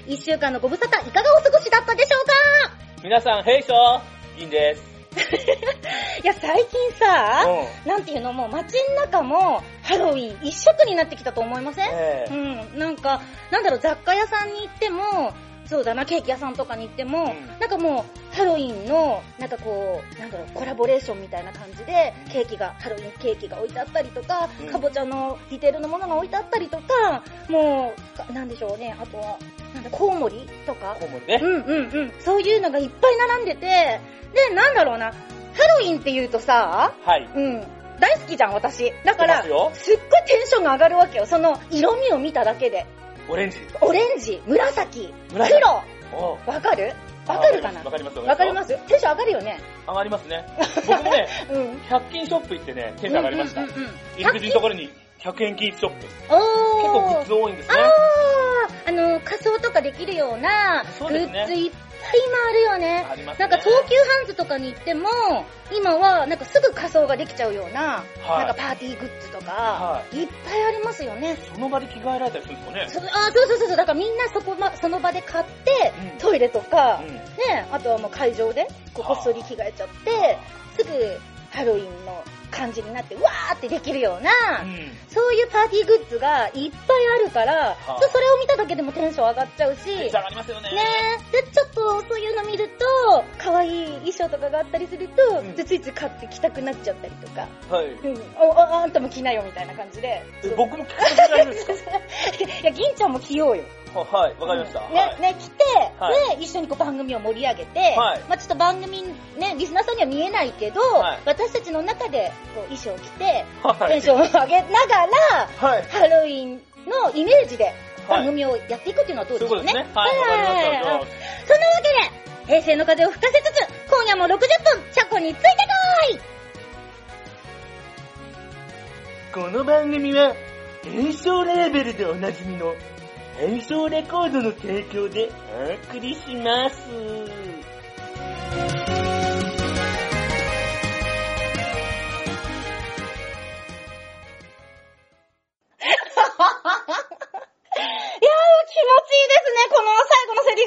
1週間のご無沙汰いかがお過ごしだったでしょうか？ 皆さん、ヘイショー、銀です。 いや、最近さ、なんていうの、もう街の中もハロウィン一色になってきたと思いません？なんか、なんだろう、雑貨屋さんに行っても、そうだな、ケーキ屋さんとかに行っても、なんかもう、ハロウィンの、なんかこう、なんだろう、コラボレーションみたいな感じで、ハロウィンケーキが置いてあったりとか、かぼちゃのディテールのものが置いてあったりとか、もう、なんでしょうね、あとは、なんだ、コウモリとか。 コウモリね。 そういうのがいっぱい並んでて、で、なんだろうな、ハロウィンって言うとさ、 はい。 大好きじゃん、私。だから、すっごいテンションが上がるわけよ。その色味を見ただけで。 オレンジ、 紫、黒。わかるかな？ わかります。 わかります？テンション上がるよね。 上がりますね。僕もね、100均ショップ行ってね、テンション上がりました。入り口のところに100円均一ショップ。結構グッズ多いんですね。 仮装とかできるようなグッズいっぱい今あるよね。 ありますね。 なんか東急ハンズとかに行っても、今はなんかすぐ仮装ができちゃうような、なんかパーティーグッズとか、いっぱいありますよね。 その場で着替えられたりするんですかね。 そう。だからみんなその場で買って、トイレとか、ね、あとはもう会場でこっそり着替えちゃって、すぐハロウィンの感じになってわーってできるような、そういうパーティーグッズがいっぱいあるから、それを見ただけでもテンション上がっちゃうし、 テンション上がりますよね。 で、ちょっとそういうの見ると、可愛い衣装とかがあったりすると、ついつい買って着たくなっちゃったりとか、あんたも着なよみたいな感じで。 僕も着たくなるんですか？ いや、銀ちゃんも着ようよ。 はい、わかりました。 ね、来て、で、一緒にこう番組を盛り上げて、まあちょっと番組ね、リスナーさんには見えないけど、私たちの中でこう衣装を着て、テンションを上げながら、ハロウィンのイメージで番組をやっていくっていうのはどうでしょうね。 そうですね。はい、わかりました。 そんなわけで、平成の風を吹かせつつ、今夜も60分、車庫についてこい！ この番組は、演奏レーベルでおなじみの、演奏レコードの提供でお送りします。いやー、 気持ちいいですね、この最後のセリ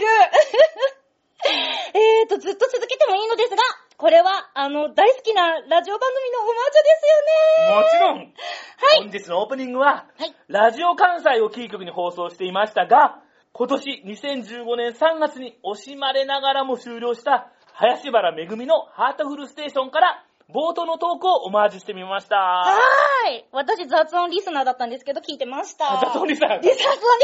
フ。ずっと続けてもいいのですが、これは、大好きなラジオ番組のオマージュですよね。 もちろん。本日のオープニングは、ラジオ関西をキー局に放送していましたが、今年2015年3月に惜しまれながらも終了した林原めぐみのハートフルステーションから冒頭のトークをオマージュしてみました。 私雑音リスナーだったんですけど聞いてました。 雑音リスナーね、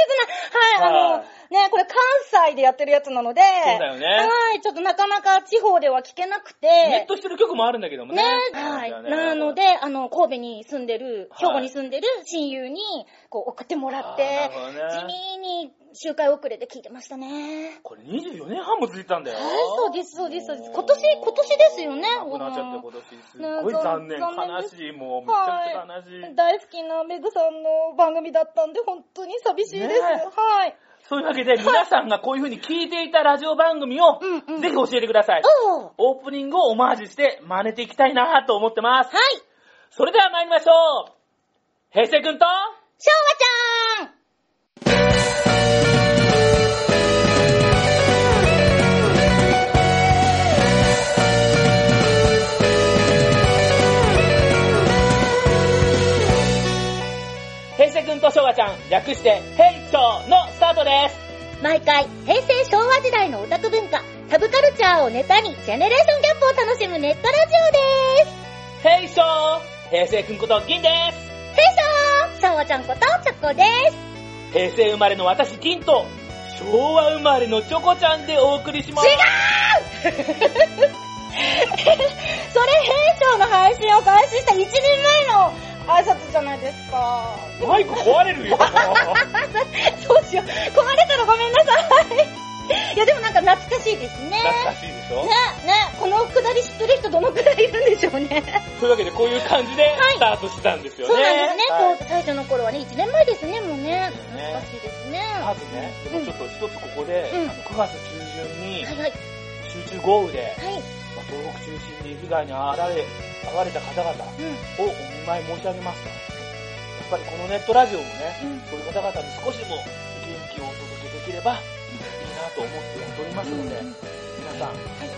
これ関西でやってるやつなので、 そうだよね。 ちょっとなかなか地方では聞けなくて。 ネットしてる曲もあるんだけどもね。 なので、神戸に住んでる、兵庫に住んでる親友に、こう送ってもらって、地味に周回遅れで聞いてましたね。 これ24年半も続いたんだよ。 そうです。今年ですよね。 亡くなっちゃって今年。すごい残念。悲しい。もうめちゃくちゃ悲しい。 大好きなメグさんの番組だったんで、本当に寂しいです。 そういうわけで、皆さんがこういう風に聞いていたラジオ番組を、ぜひ教えてください。オープニングをオマージュして真似ていきたいなと思ってます。それでは参りましょう。平成くんと、 しょうわちゃん。 平成くんとしょうがちゃん、略してヘイショーのスタートです。 毎回、平成昭和時代のオタク文化、サブカルチャーをネタにジェネレーションギャップを楽しむネットラジオです。 ヘイショー、平成くんこと銀です。 ヘイショー、しょうわちゃんことチョコです。 平成生まれの私銀と、昭和生まれのチョコちゃんでお送りします。 違うそれ平成の配信を開始した1年前の挨拶じゃないですか。 マイク壊れるよ。 そうしよう。壊れたらごめんなさい。いやでもなんか懐かしいですね。 懐かしいでしょ。 ね、このくだり知ってる人どのくらいいるんでしょうね。 というわけでこういう感じでスタートしたんですよね。 そうなんですね。最初の頃はね、1年前ですね、もうね。懐かしいですね。 まずね、でもちょっと一つここで、9月中旬に集中豪雨で、東北中心に被害に遭われた方々をお見舞い申し上げますと、やっぱりこのネットラジオもね、そういう方々に少しでも元気をお届けできればいいと思ってやっておりますので、皆さん、頑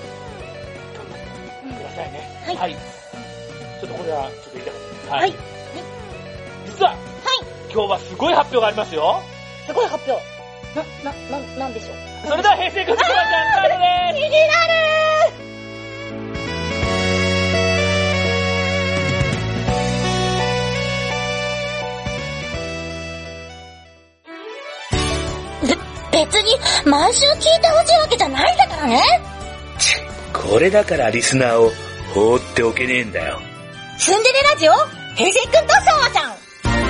張ってくださいね。はい。ちょっとこれは、ちょっと言いたかった。はい。実は、今日はすごい発表がありますよ。 すごい発表。なんでしょう。 それでは平成くんとしょうがちゃんスタートです。 気になる。別に毎週聞いてほしいわけじゃないんだからね。 これだからリスナーを放っておけねえんだよ。 シンデレラジオ平成くんとしょうがちゃん。本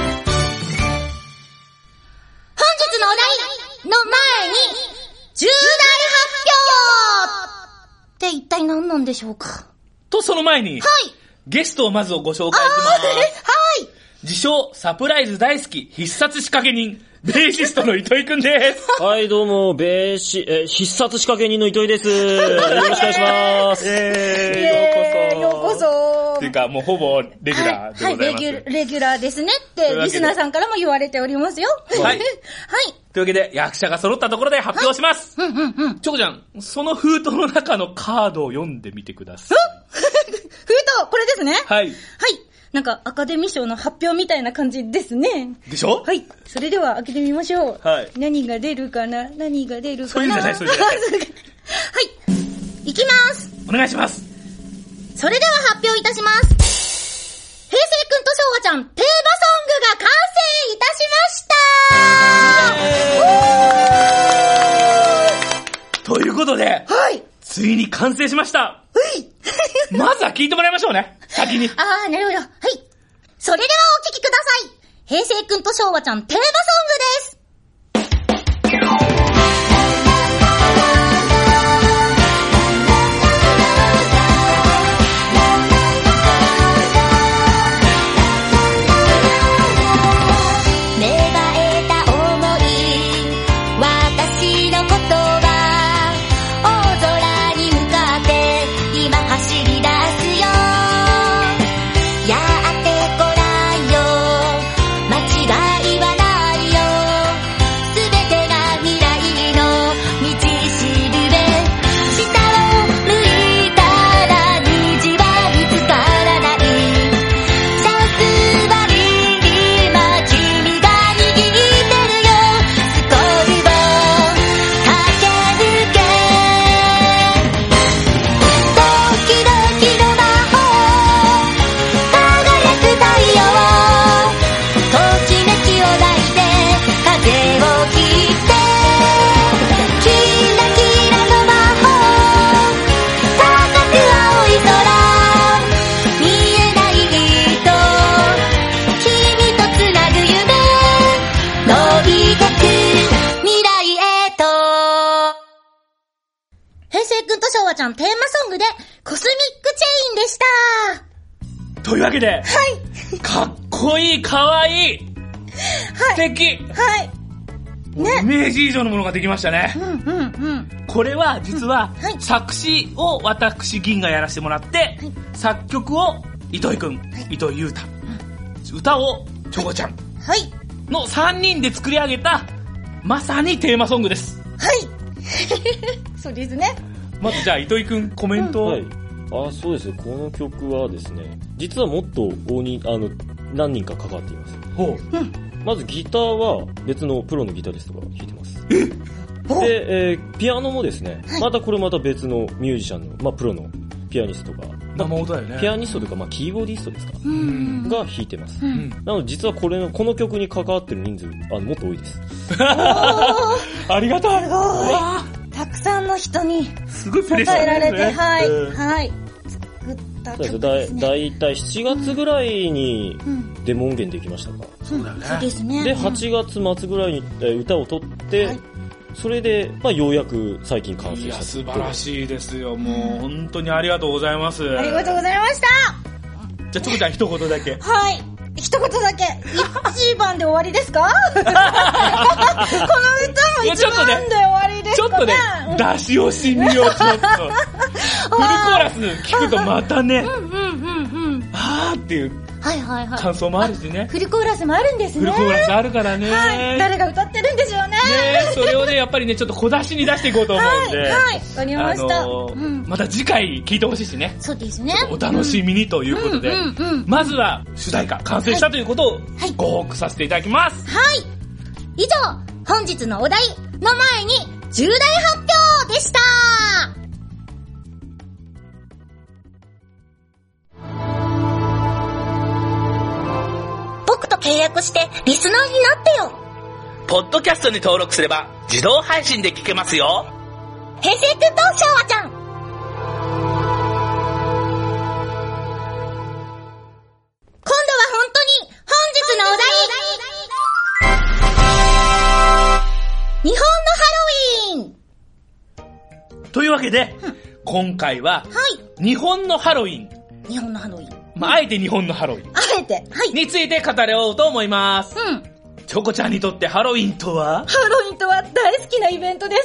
日のお題の前に重大発表って一体何なんでしょうか。 とその前に、ゲストをまずご紹介します。自称サプライズ大好き必殺仕掛け人ベーシストの糸井くんです。 はい、どうも、必殺仕掛け人の糸井です。よろしくお願いします。 ようこそ。 っていうか、もうほぼレギュラーでございます。 はい、レギュラーですねって、リスナーさんからも言われておりますよ。 はい。というわけで、役者が揃ったところで発表します。チョコちゃん、その封筒の中のカードを読んでみてください。 封筒、これですね。 はい。 なんかアカデミー賞の発表みたいな感じですね。 でしょ？ はい。それでは開けてみましょう。 はい。 何が出るかな。それじゃない、それじゃない。はい。いきます。 お願いします。 それでは発表いたします。平成くんとしょうがちゃん、テーマソングが完成いたしました。 ということで、ついに完成しました。まずは聞いてもらいましょうね。先に。 なるほど。はい。それではお聴きください。平成くんとしょうがちゃんテーマソングです。テーマソングでコスミックチェインでした。 というわけで、かっこいい、かわいい、素敵、イメージ以上のものができましたね。これは実は、作詞を私銀がやらせてもらって、作曲を糸井くん、糸井優太、歌をチョコちゃんの3人で作り上げたまさにテーマソングです。 そうですね。 まずじゃあ糸井くんコメントを。 そうですね。この曲はですね、実はもっと何人か関わっています。まずギターは別のプロのギタリストが弾いてます。で、ピアノもですね、また別のミュージシャンの、プロのピアニストが、ピアニストというか、キーボーディストですか、が弾いてます。なので実はこの曲に関わってる人数、もっと多いです。 ありがたい。 すごい。たくさんの人にすごいプレッシャー支えられて、作った曲ですね。 だいたい7月ぐらいにデモ音源できましたか。 そうだよね。 そうですね。 で、8月末ぐらいに歌を取って、それで、ようやく最近完成した。 素晴らしいですよ。もう本当にありがとうございます。 ありがとうございました。 じゃあチョコちゃん一言だけ。 一言だけ。1番で終わりですか？この歌も1番で終わりですかね？ ちょっとね、出し惜しみをちょっと。フルコーラス聞くとまたね、っていうはいはいはい。 感想もあるしね。 フルコーラスもあるんですね。 フルコーラスあるからね。 はい。誰が歌ってるんでしょうね。 ねそれをね、やっぱりね、ちょっと小出しに出していこうと思うんで。 はい、はい、わかりました。 また次回聞いてほしいしね。 そうですね。 お楽しみにということで、まずは主題歌完成したということをご報告させていただきます。 はい。以上、本日のお題の前に重大発表でした。僕と契約してリスナーになってよ。 ポッドキャストに登録すれば自動配信で聞けますよ。 平成君と昭和ちゃん。今度は本当に本日のお題。日本のハロウィーンというわけで、今回は、日本のハロウィン。 日本のハロウィン。 あえて日本のハロウィン。 あえて、 について語ろうと思います。チョコちゃんにとってハロウィンとは？ ハロウィンとは大好きなイベントです。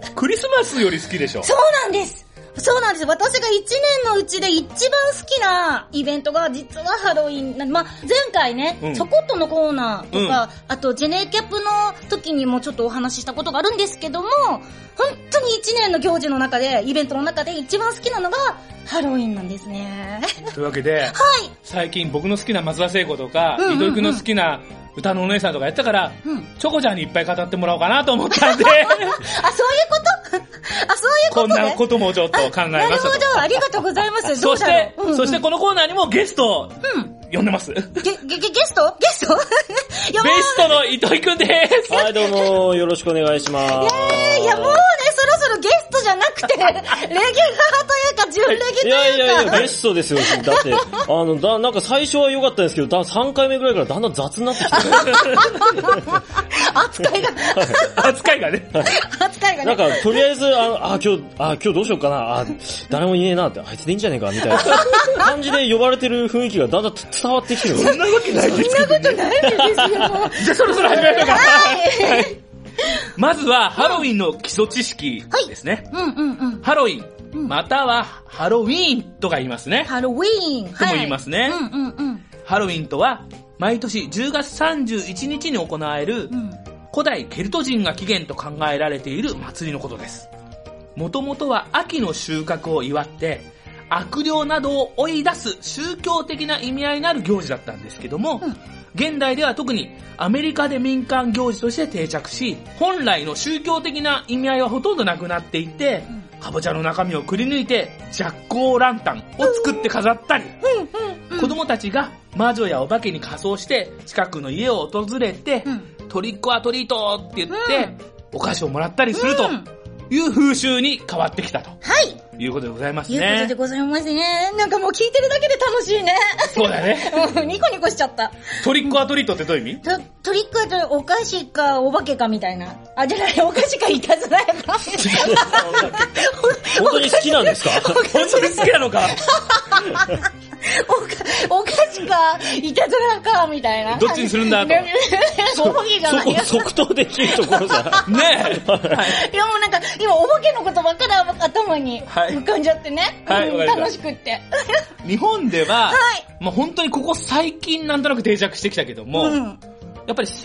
クリスマスより好きでしょ？ そうなんです。そうなんです。私が1年のうちで一番好きなイベントが実はハロウィン。前回ね、ちょこっとのコーナーとか、あとジェネキャップの時にもちょっとお話ししたことがあるんですけども、本当に1年の行事の中で、イベントの中で一番好きなのがハロウィンなんですね。 というわけで、最近僕の好きな松田聖子とか、糸井くんの好きな歌のお姉さんとかやったから、チョコちゃんにいっぱい語ってもらおうかなと思ったんで。 あ、そういうことこんなこともちょっと考えましたと。 なるほど、ありがとうございます。 そしてこのコーナーにもゲストを呼んでます。 ゲストベストの糸井くんです。 はい、どうも、よろしくお願いします。 いや、もうね、そろそろゲストじゃなくて、レギュラーというか、準レギというか。 ゲストですよ。だって、なんか最初は良かったんですけど、3回目ぐらいからだんだん雑になってきて。 扱いがね。 なんか、とりあえず、今日どうしようかな。誰もいねえなって、あいつでいいんじゃねえか、みたいな感じで呼ばれてる雰囲気がだんだん伝わってきてる。 そんなわけないですけどね。 そんなことないですよ。じゃあそろそろ始めましょうか。まずは、ハロウィンの基礎知識ですね。ハロウィン、またはハロウィーンとか言いますね。 ハロウィーンとも言いますね。ハロウィンとは、毎年10月31日に行われる、古代ケルト人が起源と考えられている祭りのことです。もともとは秋の収穫を祝って、悪霊などを追い出す宗教的な意味合いのある行事だったんですけども、現代では特にアメリカで民間行事として定着し、本来の宗教的な意味合いはほとんどなくなっていて、かぼちゃの中身をくり抜いてジャックオーランタンを作って飾ったり、子供たちが魔女やお化けに仮装して近くの家を訪れて、トリックアトリートって言って、お菓子をもらったりするという風習に変わってきたと。いうことでございますね。 いうことでございますね。なんかもう聞いてるだけで楽しいね。 そうだね。 ニコニコしちゃった。 トリックアトリートってどういう意味？ トリックアトリート、お菓子かお化けかみたいな。あ、じゃない、お菓子かいたずらやか。 本当に好きなんですか？ 本当に好きなのかお菓子か、いたずらか、みたいな。 どっちにするんだと。 お化けじゃない。 即答できるところじゃ。 ねえ。いやもうなんか、今お化けのことばっかり頭に浮かんじゃってね。楽しくって。 日本では、まあ本当にここ最近なんとなく定着してきたけども、やっぱり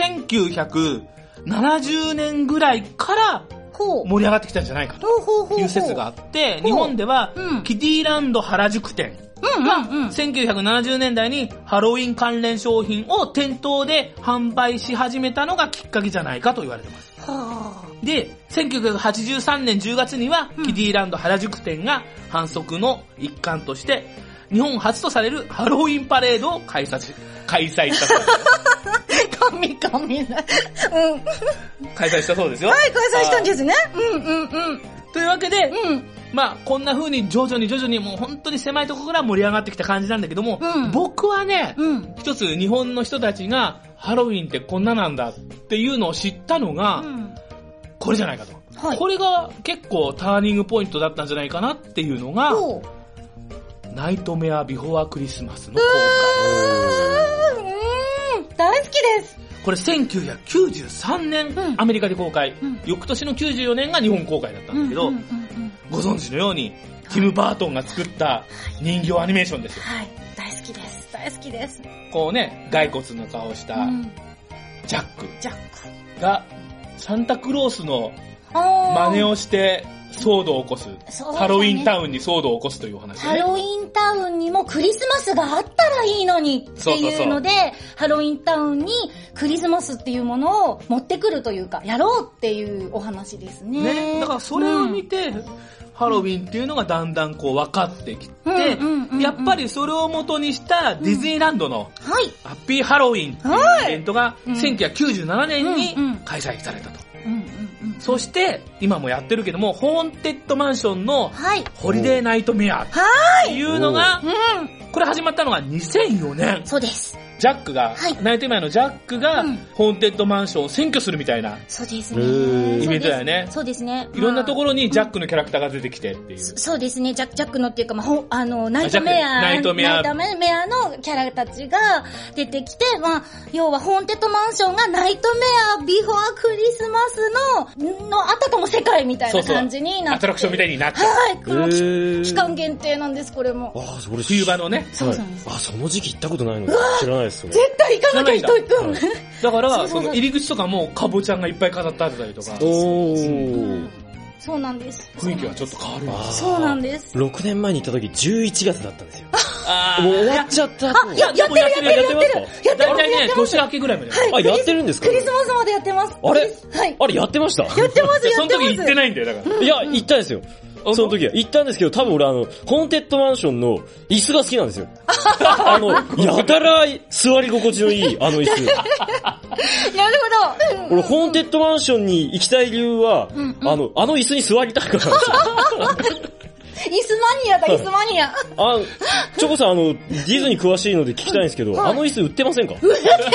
1970年ぐらいから盛り上がってきたんじゃないかという説があって、日本ではキティランド原宿店が1970年代にハロウィン関連商品を店頭で販売し始めたのがきっかけじゃないかと言われてます。で、1983年10月にはキティランド原宿店が反則の一環として日本初とされるハロウィンパレードを開催したそうです。 神な。 開催したそうですよ。 はい、開催したんですね。 というわけで、まあこんな風に徐々にもう本当に狭いところから盛り上がってきた感じなんだけども、僕はね、一つ日本の人たちがハロウィンってこんななんだっていうのを知ったのが、これじゃないかと。これが結構ターニングポイントだったんじゃないかなっていうのが、ナイトメアビフォークリスマスの公開。 大好きです。 これ1993年、アメリカで公開、翌年の94年が日本公開だったんだけど、ご存知のようにティム・バートンが作った人形アニメーションですよ。 はい。大好きです。大好きです。 こうね、骸骨の顔をした、ジャックが、サンタクロースの真似をして、騒動を起こす、ハロウィンタウンに騒動を起こすというお話ね。 ハロウィンタウンにもクリスマスがあったらいいのにっていうので、ハロウィンタウンにクリスマスっていうものを持ってくるというか、やろうっていうお話ですね。 ね、だからそれを見て、ハロウィンっていうのがだんだんこう分かってきて、やっぱりそれを元にしたディズニーランドのハッピーハロウィンっていうイベントが1997年に開催されたと。そして、今もやってるけども、ホーンテッドマンションのホリデーナイトメアっていうのが、これ始まったのが2004年。 そうです。 ジャックが、ナイトメアのジャックが、ホーンテッドマンションを占拠するみたいな、 そうですね。 イベントだよね。 そうですね。 いろんなところにジャックのキャラクターが出てきてっていう。 そうですね。ジャックのっていうか、ナイトメアのキャラたちが出てきて、要はホーンテッドマンションがナイトメアビフォークリスマスのあたかも世界みたいな感じになって。 アトラクションみたいになっちゃう。 はい。期間限定なんです、これも。 それ冬場のね。 そうなんです。 その時期行ったことないの知らないですよ。 絶対行かなきゃ人行くん。 だから、その入り口とかもカボちゃんがいっぱい飾ってあったりとか。 そうなんです。 雰囲気はちょっと変わるんです。 そうなんです。 6年前に行った時11月だったんですよ。もう終わっちゃった。 やってる。 だいたいね、年明けぐらいまで。 やってるんですか？ クリスマスまでやってます。 あれやってました？ やってます。 その時行ってないんだよ、だから。 いや、行ったんですよ。その時は。行ったんですけど、多分俺ホーンテッドマンションの椅子が好きなんですよ。やたら座り心地のいい、椅子。 なるほど。俺、ホーンテッドマンションに行きたい理由は、椅子に座りたいからなんですよ。 椅子マニアだ、椅子マニア。 チョコさん、ディズニー詳しいので聞きたいんですけど、椅子売ってませんか？ 売ってたら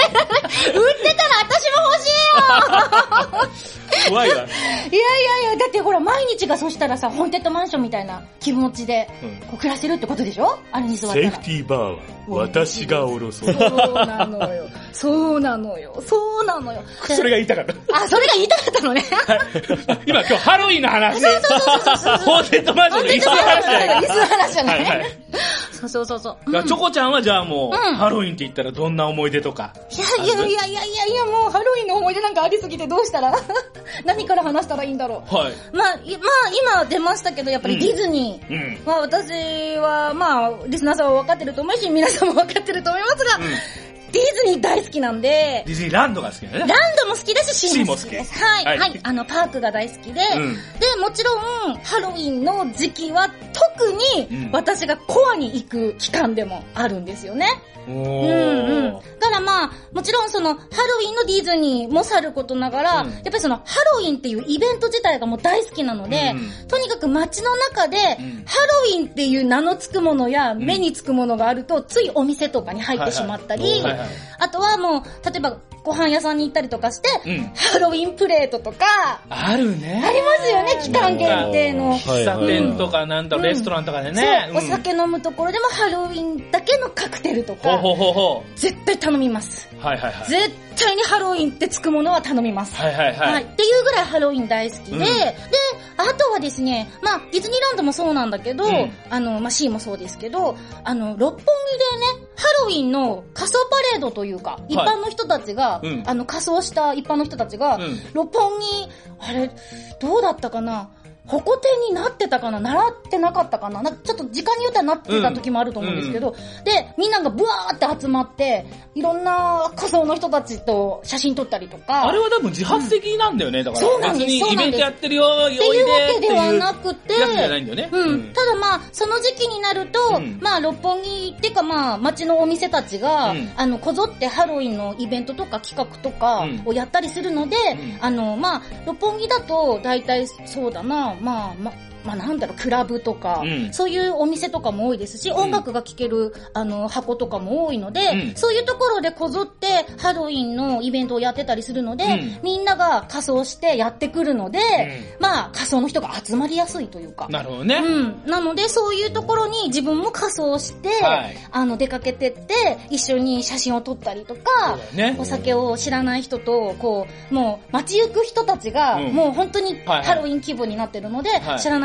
私も欲しいよ。 怖いわ。いや、 だってほら、毎日がそしたらさ、ホーンテッドマンションみたいな気持ちで、暮らせるってことでしょ？あれに座ったら。 セーフティーバーは、私が下ろそう。 そうなのよ。 それが言いたかった。 それが言いたかったのね。 今日ハロウィンの話で。ホーンテッドマンションの椅子の話じゃない。 椅子の話じゃない。そう。チョコちゃんはじゃあもう、ハロウィンって言ったらどんな思い出とか。 いや、もうハロウィンの思い出なんかありすぎてどうしたら何から話したらいいんだろう。今出ましたけど、やっぱりディズニー。私は、リスナーさんは分かってると思うし、皆さんも分かってると思いますが、ディズニー大好きなんで。 ディズニーランドが好きだね。 ランドも好きだし、シーも好きです。はい。パークが大好きで。で、もちろん、ハロウィンの時期は特に、私がコアに行く期間でもあるんですよね。だからもちろんハロウィンのディズニーもさることながら、やっぱりハロウィンっていうイベント自体がもう大好きなので、とにかく街の中で、ハロウィンっていう名のつくものや目につくものがあると、ついお店とかに入ってしまったり、あとはもう、例えばご飯屋さんに行ったりとかして、ハロウィンプレートとか、 あるね。 ありますよね、期間限定の。 喫茶店とかレストランとかでね。 お酒飲むところでもハロウィンだけのカクテルとか、絶対頼みます。絶対にハロウィンってつくものは頼みます。っていうぐらいハロウィン大好きで、あとはですね、ディズニーランドもそうなんだけど、シーもそうですけど、六本木でね、ハロウィンの仮装パレードというか、一般の人たちが、仮装した一般の人たちが、六本木、あれ、どうだったかな？ホコ天になってたかな？習ってなかったかな？ちょっと時間によってはなってた時もあると思うんですけど、で、みんながブワーって集まって、いろんな仮装の人たちと写真撮ったりとか。 あれは多分自発的なんだよね、だから。 そうなんです。 別にイベントやってるよ、 っていうわけではなくて、 やつじゃないんだよね。 ただその時期になると、六本木っていうか街のお店たちが、こぞってハロウィンのイベントとか企画とかをやったりするので、六本木だと大体そうだな、クラブとか、そういうお店とかも多いですし、音楽が聴ける、箱とかも多いので、そういうところでこぞってハロウィンのイベントをやってたりするので、みんなが仮装してやってくるので、仮装の人が集まりやすいというか。 なるほどね。 なので、そういうところに自分も仮装して、出かけてって、一緒に写真を撮ったりとか、お酒を知らない人と、もう街行く人たちが、もう本当にハロウィン気分になってるので、知らない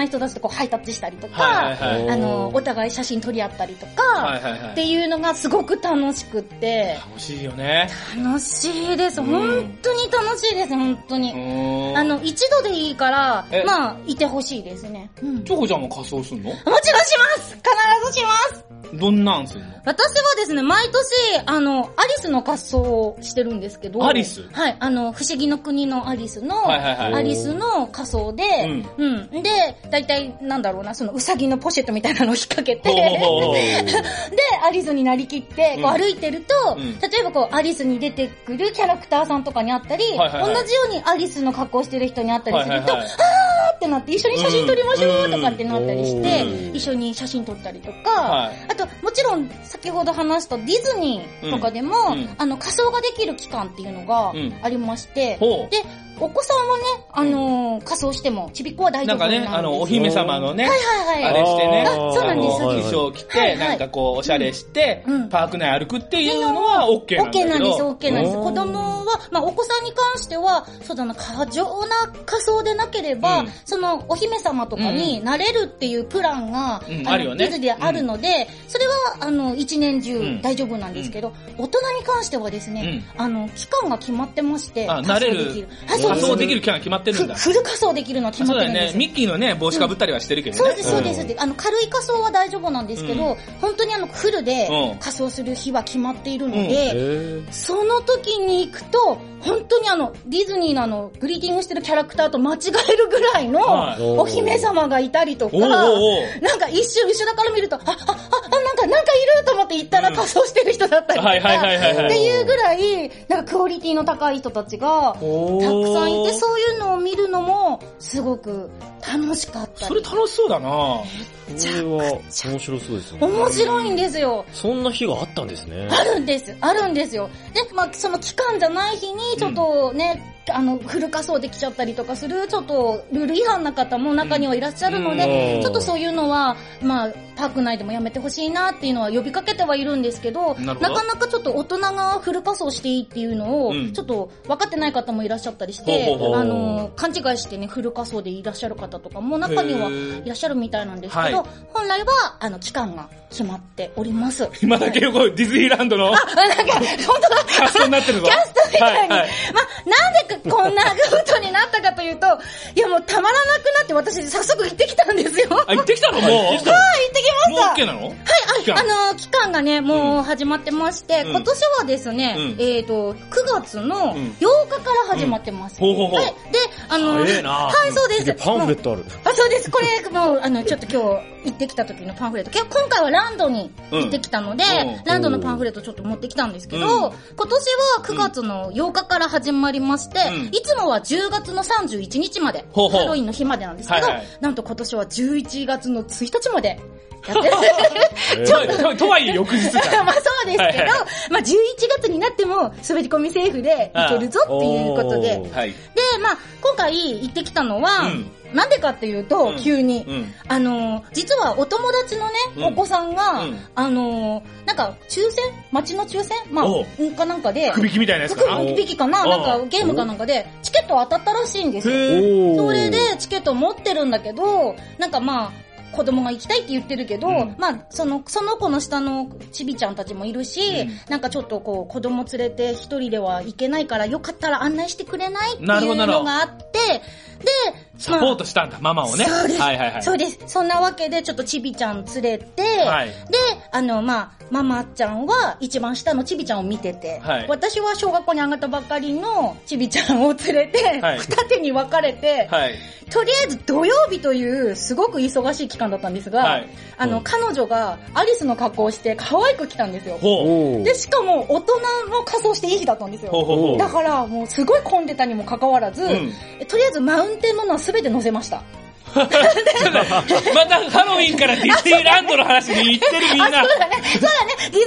人たちとこうハイタッチしたりとか、お互い写真撮り合ったりとか、っていうのがすごく楽しくって。 楽しいよね。 楽しいです。本当に楽しいです、本当に。一度でいいから、まあ、いてほしいですね。 チョコちゃんも仮装すんの？もちろんします！必ずします！ どんなんするの？ 私はですね、毎年、アリスの仮装をしてるんですけど。 アリス？ はい、不思議の国のアリスの、アリスの仮装で、で、だいたい、なんだろうな、そのウサギのポシェットみたいなのを引っ掛けて、で、アリスになりきって、こう歩いてると、例えばこう、アリスに出てくるキャラクターさんとかに会ったり、同じようにアリスの格好してる人に会ったりすると、あーってなって、一緒に写真撮りましょうとかってなったりして、一緒に写真撮ったりとか、あと、もちろん、先ほど話したディズニーとかでも、仮装ができる期間っていうのがありまして、で、お子さんはね、仮装しても、ちびっこは大丈夫なんですよ。 なんかね、お姫様のね、あれしてね、 そうなんです。 衣装着て、なんかこう、おしゃれして、パーク内歩くっていうのは OK なんだけど。 OK なんです、OK なんです。子供は、まあ、お子さんに関しては、そうだな、過剰な仮装でなければ、その、お姫様とかになれるっていうプランが、ディズニーであるので、それは、一年中大丈夫なんですけど、大人に関してはですね、期間が決まってまして、 なれる。仮装できる期間が決まってるんだ。 フル仮装できるのは決まってるんです。 そうだよね。ミッキーのね、帽子かぶったりはしてるけどね。 そうです、そうです。軽い仮装は大丈夫なんですけど、本当にフルで仮装する日は決まっているので、その時に行くと、本当にディズニーのグリーティングしてるキャラクターと間違えるぐらいのお姫様がいたりとか、なんか一瞬後ろから見ると、なんかいると思って行ったら仮装してる人だったりとか、っていうぐらい、なんかクオリティの高い人たちがたくさんいて、そういうのを見るのもすごく楽しかった。 それ楽しそうだな。 これは面白そうですね。 面白いんですよ。 そんな日があったんですね。 あるんですよ。で、まあ、その期間じゃない日にちょっとね、フル仮装できちゃったりとかする、ちょっとルール違反な方も中にはいらっしゃるので、ちょっとそういうのは、まあ、パーク内でもやめてほしいなっていうのは呼びかけてはいるんですけど、なかなかちょっと大人がフル仮装していいっていうのを、ちょっと分かってない方もいらっしゃったりして、勘違いしてね、フル仮装でいらっしゃる方とかも中にはいらっしゃるみたいなんですけど、本来は、期間が決まっております。 今だけよ、ディズニーランドの。 なんか、本当だ。 キャストになってるぞ。 キャストみたいに。まあ、なんでかこんなことになったかというと、いやもうたまらなくなって私早速行ってきたんですよ。 行ってきたのもう？ はい、行ってきました。 もう OK なの？ はい、期間がね、もう始まってまして、今年はですね、9月の8日から始まってます。はい。で、はい、そうです。 パンフレットある。 そうです。これ、もう、ちょっと今日行ってきた時のパンフレット。今回はランドに行ってきたので、ランドのパンフレットちょっと持ってきたんですけど、今年は9月の8日から始まりまして、いつもは10月の31日まで、ハロウィンの日までなんですけど、なんと今年は11月の1日まで、やってる。とはいえ翌日だ。 まあそうですけど、まあ11月になっても滑り込みセーフでいけるぞっていうことで。で、まあ今回行ってきたのは、なんでかっていうと、急に、実はお友達のね、お子さんが、なんか街の抽選まあ、かなんかで、 福引きみたいなやつかな？ 福引きかななんかゲームかなんかで、チケット当たったらしいんですよ。それでチケット持ってるんだけど、なんかまあ、子供が行きたいって言ってるけど、まあ、その子の下のちびちゃんたちもいるし、なんかちょっとこう、子供連れて一人では行けないから、よかったら案内してくれないっていうのがあって、で、 サポートしたんだ、ママをね。 そうです。そうです。そんなわけで、ちょっとちびちゃん連れて、で、まあ、ママちゃんは一番下のちびちゃんを見てて、私は小学校に上がったばかりのちびちゃんを連れて、二手に分かれて、とりあえず土曜日というすごく忙しい期間だったんですが、彼女がアリスの格好をして可愛く来たんですよ。で、しかも大人の仮装していい日だったんですよ。だからもうすごい混んでたにもかかわらず、とりあえずマウンテンののは全て乗せました。 またハロウィンからディズニーランドの話に行ってるみんな。 そうだね。ディズニーランド、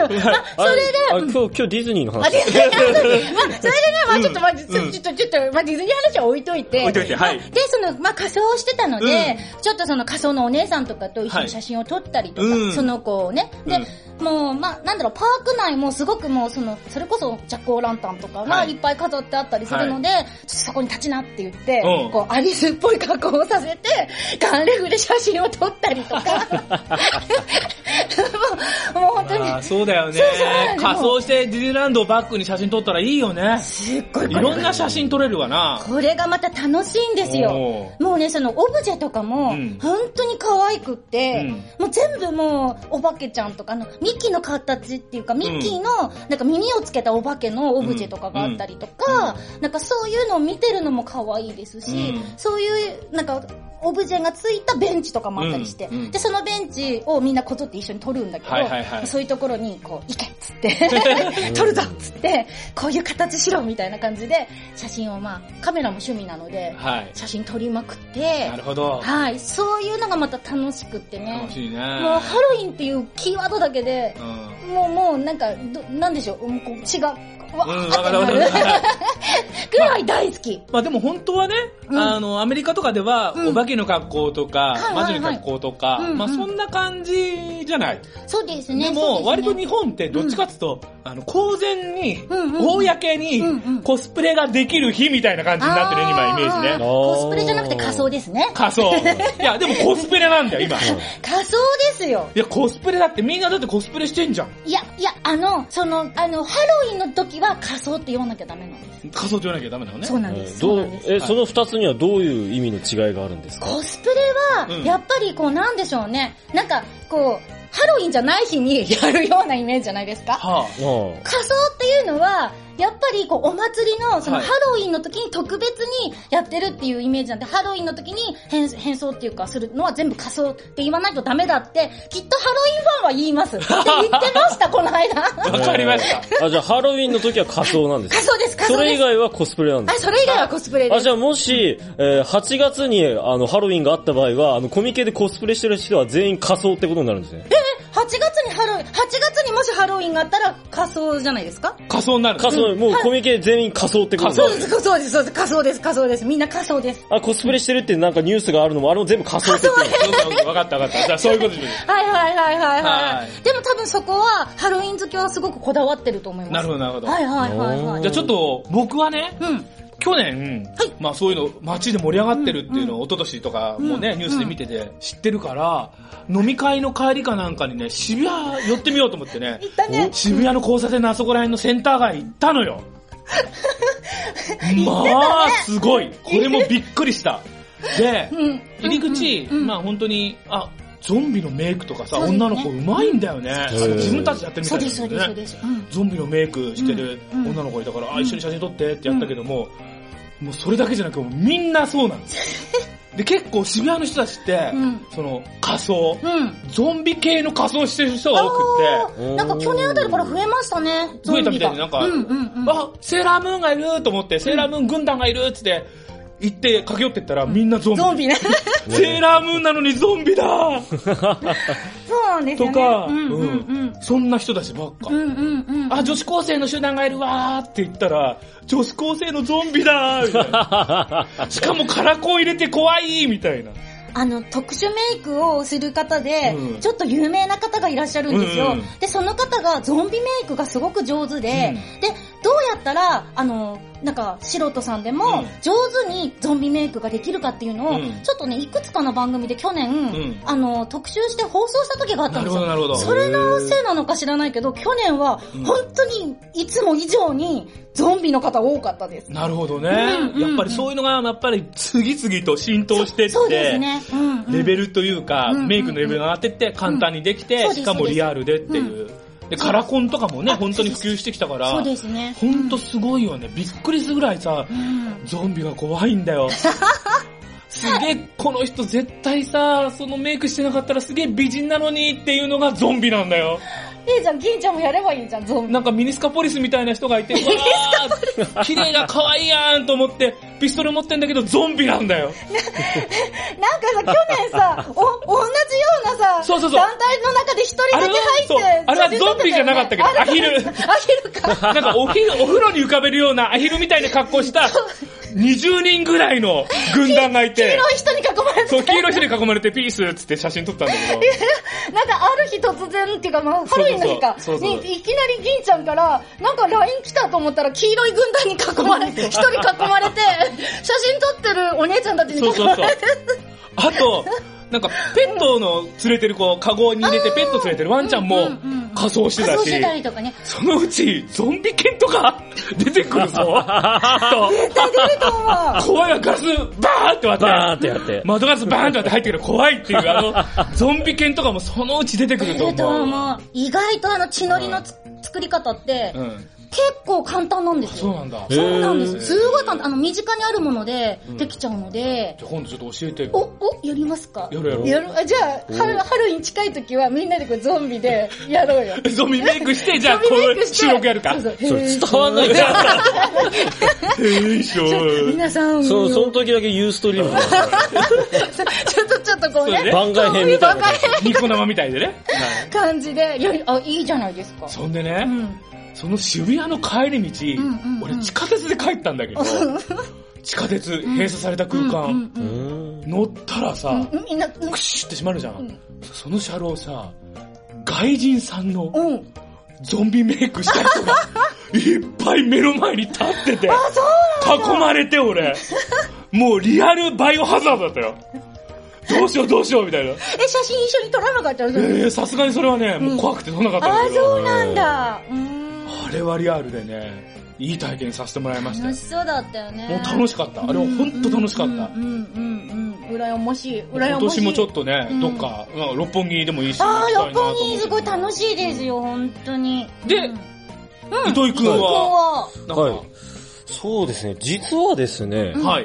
それで、 今日ディズニーの話。 それでね、ちょっとディズニー話は置いといて。 はい。 で、仮装してたので、ちょっとその仮装のお姉さんとかと一緒に写真を撮ったりとか、その子をね。で、もう、パーク内もすごくもう、それこそジャックオーランタンとかがいっぱい飾ってあったりするので、そこに立ちなって言って、こう、アリスっぽい格好をさせて、ガンレフで写真を撮ったりとか。もう本当に。 そうだよね。仮装してディズニーランドをバックに写真撮ったらいいよね。 すっごい。 いろんな写真撮れるわな。 これがまた楽しいんですよ。もうね、そのオブジェとかも、本当に可愛くって、もう全部もう、お化けちゃんとかミッキーの形っていうか、ミッキーの、なんか耳をつけたお化けのオブジェとかがあったりとか、なんかそういうのを見てるのも可愛いですし、そういう、なんか、オブジェがついたベンチとかもあったりして、で、そのベンチをみんなこぞって一緒に撮るんだけど、そういうところに、こう、行けっつって、撮るぞっつって、こういう形しろみたいな感じで、写真をカメラも趣味なので、写真撮りまくって、 なるほど。 はい、そういうのがまた楽しくってね。 楽しいね。 もうハロウィンっていうキーワードだけで、もうなんか、なんでしょう、もうこう血が、わーってなるぐらい大好き。 でも本当はね、アメリカとかでは、お化けの格好とか、魔女の格好とか、そんな感じじゃない。 そうですね。 でも、割と日本ってどっちかっていうと、公然に、公に、コスプレができる日みたいな感じになってる、今イメージね。 コスプレじゃなくて仮装ですね。 仮装。いや、でもコスプレなんだよ、今。 仮装ですよ。 いや、コスプレだってみんなだってコスプレしてんじゃん。 いや、ハロウィンの時は仮装って言わなきゃダメなんです。 仮装って言わなきゃダメなのね。 そうなんです。 その二つにはどういう意味の違いがあるんですか？ コスプレは、やっぱりこうなんでしょうね。なんか、こう、ハロウィンじゃない日にやるようなイメージじゃないですか？仮装っていうのは、やっぱりこうお祭りのそのハロウィンの時に特別にやってるっていうイメージなんで、ハロウィンの時に変装っていうかするのは全部仮装って言わないとダメだって、きっとハロウィンファンは言います。って言ってました、この間。 わかりました。 じゃあハロウィンの時は仮装なんですか？ 仮装です、仮装です。 それ以外はコスプレなんですか？ それ以外はコスプレです。 じゃあもし、8月にハロウィンがあった場合は、コミケでコスプレしてる人は全員仮装ってことになるんですね。 8月にもしハロウィンがあったら仮装じゃないですか？ 仮装になる。 仮装、もうコミケ全員仮装ってことそうです、仮装です。みんな仮装です。 コスプレしてるってなんかニュースがあるのも、あれも全部仮装って言ってる。わかった。じゃあそういうことです。 はい。でも多分そこは、ハロウィン好きはすごくこだわってると思います。 なるほど。 はい。 じゃあちょっと、僕はね、去年、そういうの街で盛り上がってるっていうのを一昨年とかもね、ニュースで見てて知ってるから、飲み会の帰りかなんかにね、渋谷寄ってみようと思ってね、渋谷の交差点のあそこら辺のセンター街行ったのよ。すごい。これもびっくりした。で、入り口、本当に、ゾンビのメイクとかさ、女の子うまいんだよね。自分たちでやってるみたいなんだよね。ゾンビのメイクしてる女の子いたから、一緒に写真撮ってってやったけども、もうそれだけじゃなくみんなそうなんです。で、結構渋谷の人たちって、その仮装、ゾンビ系の仮装してる人が多くて、なんか去年あたりから増えましたね。 増えたみたいで、なんか、セーラームーンがいると思って、セーラームーン軍団がいるって言って、行って駆け寄ってったらみんなゾンビ。 ゾンビね。 セーラームーンなのにゾンビだそうなんですよね。 とか、そんな人たちばっか。女子高生の集団がいるわーって言ったら、女子高生のゾンビだーみたいな。しかもカラコン入れて怖いみたいな。 特殊メイクをする方で、ちょっと有名な方がいらっしゃるんですよ。で、その方がゾンビメイクがすごく上手で、で、どうやったら、なんか、素人さんでも、上手にゾンビメイクができるかっていうのを、ちょっとね、いくつかの番組で去年、特集して放送した時があったんですよ。 なるほど。 それのせいなのか知らないけど、去年は、本当に、いつも以上に、ゾンビの方多かったです。 なるほどね。やっぱりそういうのが、やっぱり次々と浸透してって、 そうですね。 レベルというか、メイクのレベルが上がってって、簡単にできて、しかもリアルでっていう。で、カラコンとかもね、本当に普及してきたから、 そうですね。 本当すごいよね。びっくりするぐらいさ、ゾンビが怖いんだよ。すげえ、この人絶対さ、そのメイクしてなかったらすげえ美人なのにっていうのがゾンビなんだよ。 いいじゃん、銀ちゃんもやればいいじゃん、ゾンビ。 なんかミニスカポリスみたいな人がいて、綺麗な可愛いやんと思って、ピストル持ってんだけどゾンビなんだよ。 なんかさ、去年さ、同じようなさ、団体の中で一人だけ入って、 あれははゾンビじゃなかったけど、アヒル。 アヒルか。 なんかお風呂に浮かべるようなアヒルみたいな格好した20人ぐらいの軍団がいて。 黄色い人に囲まれて。 そう、黄色い人に囲まれてピースっつって写真撮ったんだけど。 なんかある日突然っていうか、ハロウィンの日か。に、いきなり銀ちゃんから、なんか LINE 来たと思ったら黄色い軍団に囲まれて、一人囲まれて、写真撮ってるお姉ちゃんたちに囲まれて。 あと、なんかペットの連れてるカゴに入れてペット連れてるワンちゃんも仮装してたし、 仮装してたりとかね、 そのうちゾンビ犬とか出てくるぞ。 絶対出ると思う。 怖いガラスバーって割って、 バーってやって。 窓ガラスバーンって割って入ってくる怖いっていうゾンビ犬とかもそのうち出てくると思う。 意外と血のりの作り方って、結構簡単なんですよ。 そうなんだ。 そうなんです。すごい簡単。身近にあるものでできちゃうので。 じゃあ今度ちょっと教えてよ。 やりますか？ やる。 じゃあ、ハロウィン近い時はみんなでゾンビでやろうよ。 ゾンビメイクして、じゃあこう収録やるか。 それ伝わんないじゃん。 皆さん。 その時だけユーストリーム。 ちょっとこうね。 番外編みたいな。 ニコ生みたいでね。 感じで。いいじゃないですか。 そんでね。その渋谷の帰り道、俺地下鉄で帰ったんだけど、地下鉄閉鎖された空間、乗ったらさ、クシュって閉まるじゃん。その車両さ、外人さんのゾンビメイクした人がいっぱい目の前に立ってて、囲まれて俺、もうリアルバイオハザードだったよ。どうしようみたいな。 写真一緒に撮らなかったの？ さすがにそれはね、もう怖くて撮らなかったんだけど。 そうなんだ。 あれはリアルでね、いい体験させてもらいました。 楽しそうだったよね。 もう楽しかった。あれはほんと楽しかった。 羨ましい。 今年もちょっとね、どっか、六本木でもいいし。 六本木すごい楽しいですよ、本当に。 で、糸井くんは、 はい。そうですね、実はですね、 はい。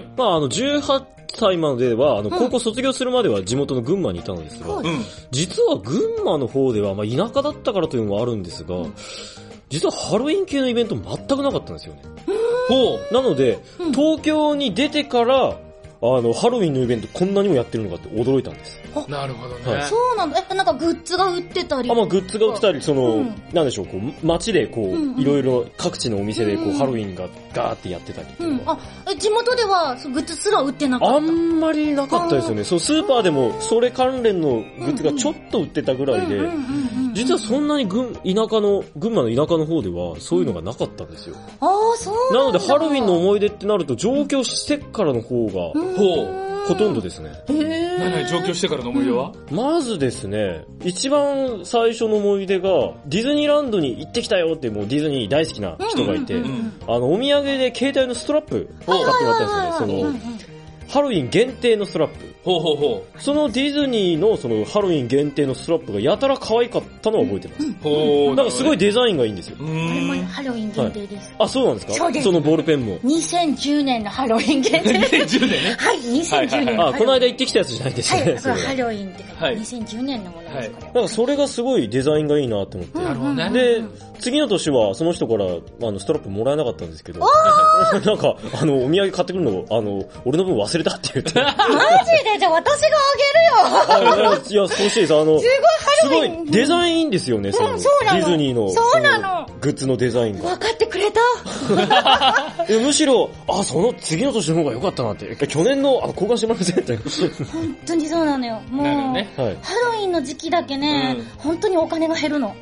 18歳までは、高校卒業するまでは地元の群馬にいたのですが、実は群馬の方では、田舎だったからというのもあるんですが、実はハロウィン系のイベント全くなかったんですよね。なので、東京に出てから、ハロウィンのイベントこんなにもやってるのかって驚いたんです。 なるほどね。 そうなんだ。なんかグッズが売ってたり。 グッズが売ってたり、なんでしょう、街でいろいろ各地のお店でハロウィンがガーってやってたり。 地元ではグッズすら売ってなかった？ あんまりなかったですよね。スーパーでもそれ関連のグッズがちょっと売ってたぐらいで、実はそんなに群馬の田舎の方ではそういうのがなかったんですよ。 そうなのでハロウィンの思い出ってなると上京してからの方が、ほとんどですね。 上京してからの思い出は？ まずですね、一番最初の思い出が、ディズニーランドに行ってきたよって、もうディズニー大好きな人がいて、お土産で携帯のストラップを買ってもらったんですよね。ハロウィン限定のストラップ。そのディズニーのそのハロウィン限定のストラップがやたら可愛かったのは覚えてます。なんかすごいデザインがいいんですよ。 これもハロウィン限定です。 そうなんですか？ そうです。 そのボールペンも。 2010年のハロウィン限定。 2010年ね。 はい、2010年。 この間行ってきたやつじゃないですね。 ハロウィンって2010年のものですから。 なんかそれがすごいデザインがいいなって思って。 なるほどね。 で、次の年はその人からストラップもらえなかったんですけど、なんかお土産買ってくるの俺の分忘れたって言って。 マジで？じゃあ私があげるよ。 いや、そうしてです。すごいデザインいいんですよね、ディズニーの。 そうなの。 グッズのデザインが。 分かってくれた。 むしろ、その次の年の方が良かったなって。去年の交換してもらえませんって。 本当にそうなのよ。もう、ハロウィンの時期だけね、本当にお金が減るの。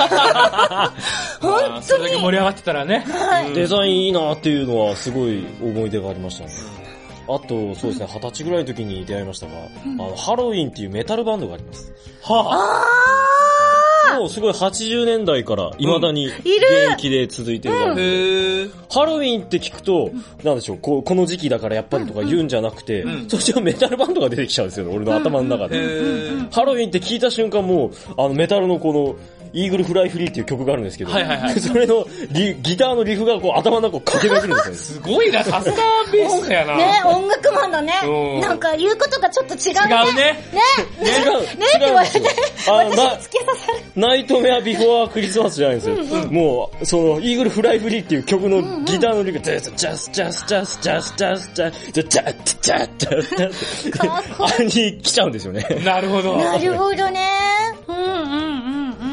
本当に。 それだけ盛り上がってたらね。 デザインいいなっていうのはすごい思い出がありましたね。あと、そうですね、20歳ぐらいの時に出会いましたが、ハロウィンっていうメタルバンドがあります。もうすごい80年代から未だに現役で続いてるバンドで、ハロウィンって聞くと、なんでしょう、この時期だからやっぱりとか言うんじゃなくて、そしてメタルバンドが出てきちゃうんですよね、俺の頭の中で。ハロウィンって聞いた瞬間もう、メタルのこの、イーグルフライフリーっていう曲があるんですけど、それのギターのリフが頭の中を駆け巡るんですよね。 すごいな、さすがベースやな。 ね、音楽マンだね。なんか言うことがちょっと違うね。 違うね。 ねって言われて、私に突き刺さる。 ナイトメアビフォークリスマスじゃないんですよ。もう、その、イーグルフライフリーっていう曲のギターのリフが、ジャス、ジャス、ジャス、ジャス、ジャス、ジャス、ジャス、ジャス、ジャス、ジャス、ジャス、ジャス、あれに来ちゃうんですよね。 なるほど。 なるほどね。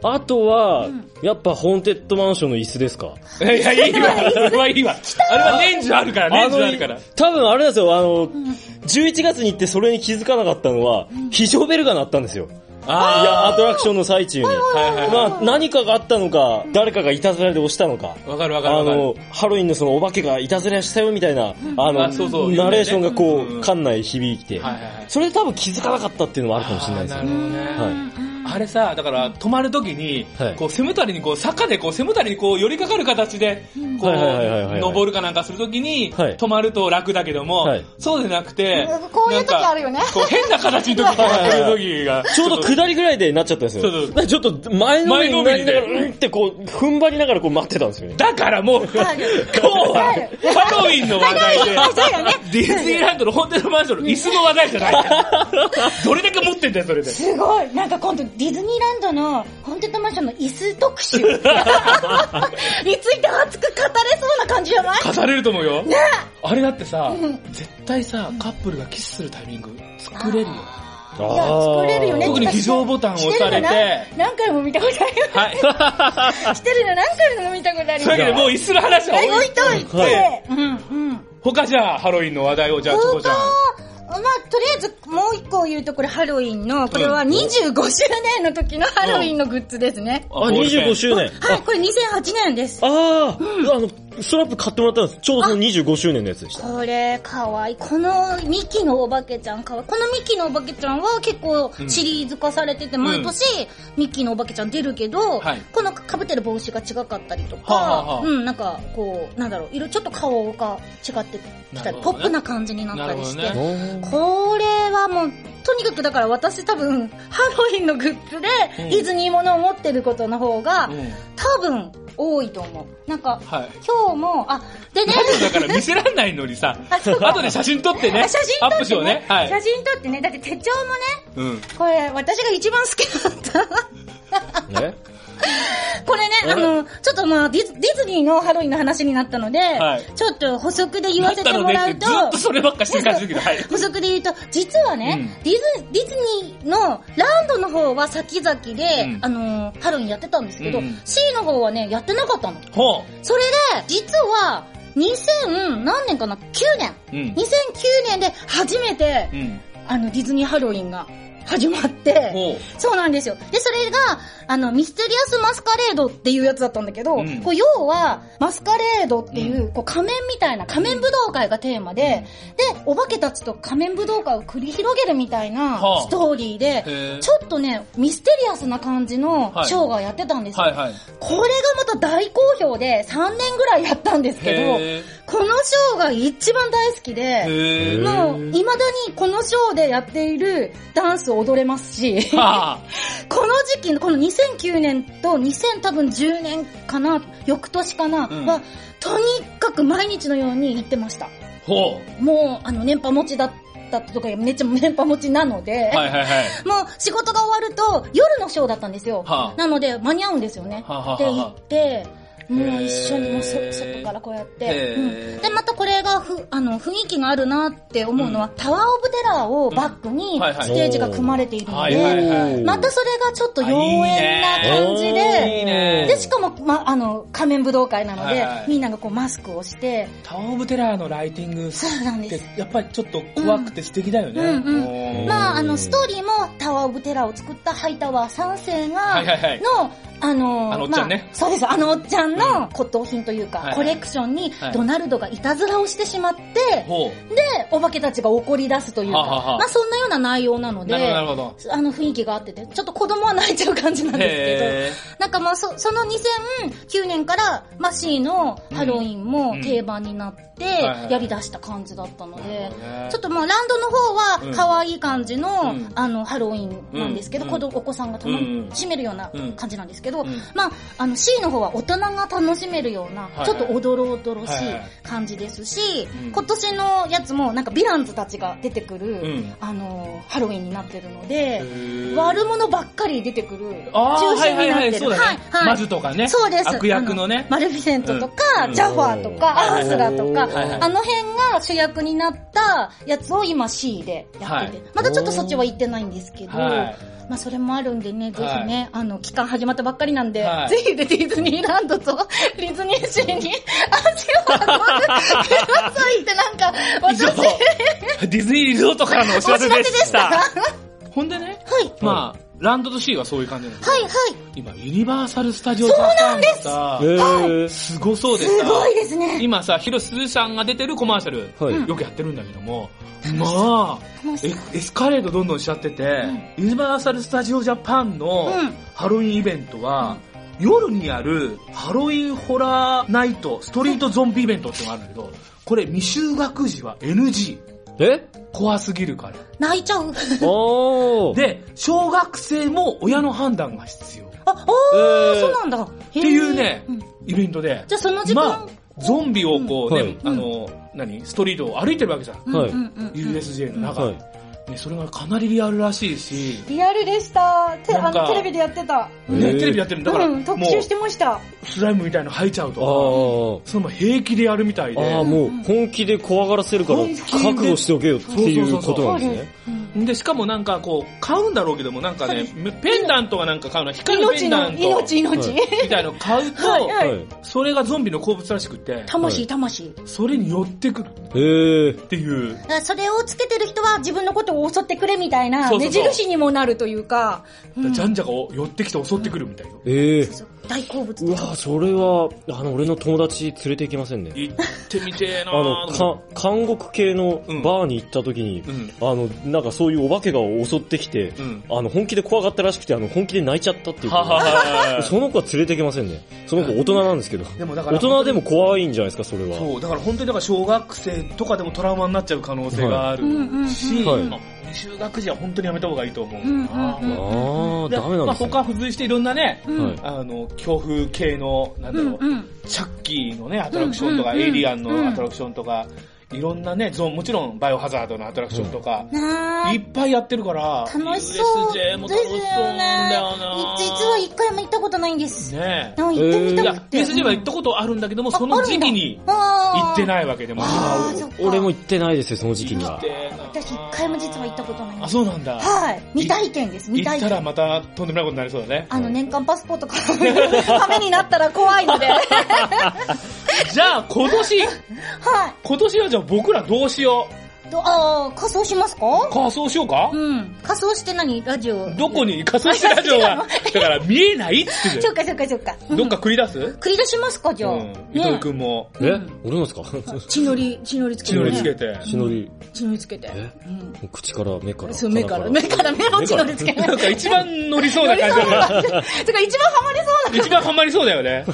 あとは、やっぱホーンテッドマンションの椅子ですか？ いや、いいわ。それはいいわ。あれは年中あるから、 多分あれですよ、11月に行ってそれに気づかなかったのは、非常ベルが鳴ったんですよ。アトラクションの最中に。まあ、何かがあったのか、誰かがいたずらで押したのか。 わかる。ハロウィンのそのお化けがいたずらしたよみたいな、ナレーションがこう、館内響いて、それで多分気づかなかったっていうのもあるかもしれないですよね。 あれさ、だから止まるときに、こう背もたれにこう坂でこう背もたれにこう寄りかかる形で、こう登るかなんかするときに止まると楽だけども、そうでなくて、 こういう時あるよね。 こう変な形の時がちょうど下りぐらいでなっちゃったんですよ。ちょっと前のめりになりながらってこう踏ん張りながらこう待ってたんですよね。 だからもう今日はハロウィンの話題でディズニーランドのホーンテッドマンションの椅子の話題じゃない。どれだけ持ってんだよそれで。 すごい。なんか今度ディズニーランドのホーンテッドマンションの椅子特集について熱く語れそうな感じじゃない？ 語れると思うよ。ね。あれだってさ、絶対さカップルがキスするタイミング作れるよ。 いや、作れるよね。 特に非常ボタンを押されて。 何回も見たことあるよ。はい。してるの何回も見たことあるよ。 そういうわけでもう椅子の話は置いといて。 他じゃあハロウィンの話題をじゃあチョコちゃん。 まあ、とりあえずもう一個言うとこれハロウィンの、これは25周年の時のハロウィンのグッズですね。 25周年。 はい、これ2008年です。 ストラップ買ってもらったんです。ちょうどその25周年のやつでした。 これ、かわいい。このミキのお化けちゃんかわいい。このミキのお化けちゃんは結構シリーズ化されてて、毎年ミキのお化けちゃん出るけど、この被ってる帽子が違かったりとか、なんかこう、なんだろう、ちょっと顔が違ってきたり、ポップな感じになったりして、これはもう、とにかくだから私多分、ハロウィンのグッズでディズニーものを持ってることの方が、多分、多いと思う。なんか、今日も、でね。 だから見せらんないのにさ、後で写真撮ってね、アップしようね。 写真撮ってね、だって手帳もね、これ私が一番好きだった。これね、ちょっとまあディズニーのハロウィンの話になったので、ちょっと補足で言わせてもらうと、 ずっとそればっかしてる感じだけど、 補足で言うと、実はね、ディズニーのランドの方は先々で、ハロウィンやってたんですけど、C の方はね、やってなかったの。それで、実は、何年かな ?9 年。2009年で初めて、ディズニーハロウィンが始まって、そうなんですよ。で、それが、ミステリアスマスカレードっていうやつだったんだけど、こう要は、マスカレードっていう、こう仮面みたいな、仮面武道会がテーマで、で、お化けたちと仮面武道会を繰り広げるみたいなストーリーで、ちょっとね、ミステリアスな感じのショーがやってたんですよ。これがまた大好評で、3年ぐらいやったんですけど、このショーが一番大好きで、もう、未だにこのショーでやっているダンスを踊れますし、この時期のこの2009年と2010年かな、翌年かな、は、とにかく毎日のように行ってました。もう、年波持ちだったとか、めっちゃ年波持ちなので、もう仕事が終わると夜のショーだったんですよ。なので、間に合うんですよね。で、行って、もう一緒にもう外からこうやって、でまたこれが雰囲気があるなって思うのは、タワーオブテラーをバックにステージが組まれているので、またそれがちょっと妖艶な感じで、でしかも仮面武道会なので、みんながこうマスクをして、 タワーオブテラーのライティングってやっぱりちょっと怖くて素敵だよね。 まあストーリーもタワーオブテラーを作ったハイタワー3世がのおっちゃんね。 そうです。おっちゃんの骨董品というか、コレクションにドナルドがいたずらをしてしまって、で、お化けたちが怒り出すというか、まあそんなような内容なので、雰囲気があってて、ちょっと子供は泣いちゃう感じなんですけど、なんかまあその2009年から、C のハロウィンも定番になって、やり出した感じだったので、ちょっとまあランドの方は可愛い感じの、ハロウィンなんですけど、お子さんが楽しめるような感じなんですけど、 けど、まあ、C の方は大人が楽しめるような、ちょっとおどろおどろしい感じですし、今年のやつもなんかヴィランズたちが出てくる、ハロウィンになってるので、悪者ばっかり出てくる中心になってる。 そうだね。マズとかね。 そうです。 悪役のね。 マレフィセントとか、ジャファーとか、アースラとか、あの辺が主役になったやつを今 C でやってて、まだちょっとそっちは行ってないんですけど、まあそれもあるんでね、ぜひね、期間始まったばっかりなんで、ぜひディズニーランドとディズニーシーに足を運んでくださいってなんか、 ディズニーリゾートからのお知らせでした。ほんでね、まあ、ランドとシーはそういう感じなんです。今、ユニバーサルスタジオジャパンがさ、すごそうでさ、 すごいですね。 今さ、広瀬すずさんが出てるコマーシャル、よくやってるんだけども、まあ、エスカレートどんどんしちゃってて、ユニバーサルスタジオジャパンのハロウィンイベントは、夜にやるハロウィンホラーナイト、ストリートゾンビイベントってのがあるんだけど、これ未就学児は NG。怖すぎるから。 泣いちゃう。 で、小学生も親の判断が必要。 そうなんだ。 っていうね、イベントで。 じゃあその時間、 まあ、ゾンビをこうね、ストリートを歩いてるわけじゃん。USJ の中で。それがかなりリアルらしいし。 リアルでした。テレビでやってた。 テレビやってるんだから。 特集してました。 スライムみたいなの吐いちゃうとか、その平気でやるみたいで。 もう本気で怖がらせるから覚悟しておけよっていうことなんですね。 で、しかもなんかこう、買うんだろうけども、なんかね、ペンダントがなんか買うの、光るペンダント。 命。 みたいなの買うと、それがゾンビの好物らしくて。 魂。 それに寄ってくる。っていう。 それをつけてる人は自分のことを襲ってくれみたいな、目印にもなるというか。 ジャンジャが寄ってきて襲ってくるみたいな。 大好物。 うわ、それは、俺の友達連れて行けませんね。 行ってみてえなぁ。 韓国系のバーに行った時に、なんかそういうお化けが襲ってきて、本気で怖かったらしくて、本気で泣いちゃったっていうか、その子は連れて行けませんね。その子大人なんですけど。大人でも怖いんじゃないですか、それは。 そう、だから本当に小学生とかでもトラウマになっちゃう可能性があるし、未就学児は本当にやめた方がいいと思う。 ダメなんですね。 他付随していろんなね、恐怖系の、なんだろう、チャッキーのね、アトラクションとか、エイリアンのアトラクションとか、いろんなね、もちろんバイオハザードのアトラクションとか、いっぱいやってるから、 楽しそう。 USJ も楽しそうなんだよな。 実は一回も行ったことないんです。 ね行ってみたくて。 USJ は行ったことあるんだけども、その時期に行ってないわけでも。 俺も行ってないですよ、その時期には。 私一回も実は行ったことないんです。 そうなんだ。 未体験です、未体験。 行ったらまたとんでもないことになりそうだね。 年間パスポート買うためになったら怖いので。 じゃあ今年はじゃあ僕らどうしよう。 仮装しますか？ 仮装しようか？ 仮装して何？ラジオ。 どこに仮装してラジオは、だから見えないって言ってそうか。どっか繰り出す？ 繰り出しますか、じゃあ。 糸井くんも。 俺のですか？ 血のりつけて。 血のりつけて。 血のりつけて。 口から目から。 そう、目から目を血のりつけて。 なんか一番乗りそうな感じだね。 てか一番ハマりそうな。 一番ハマりそうだよね。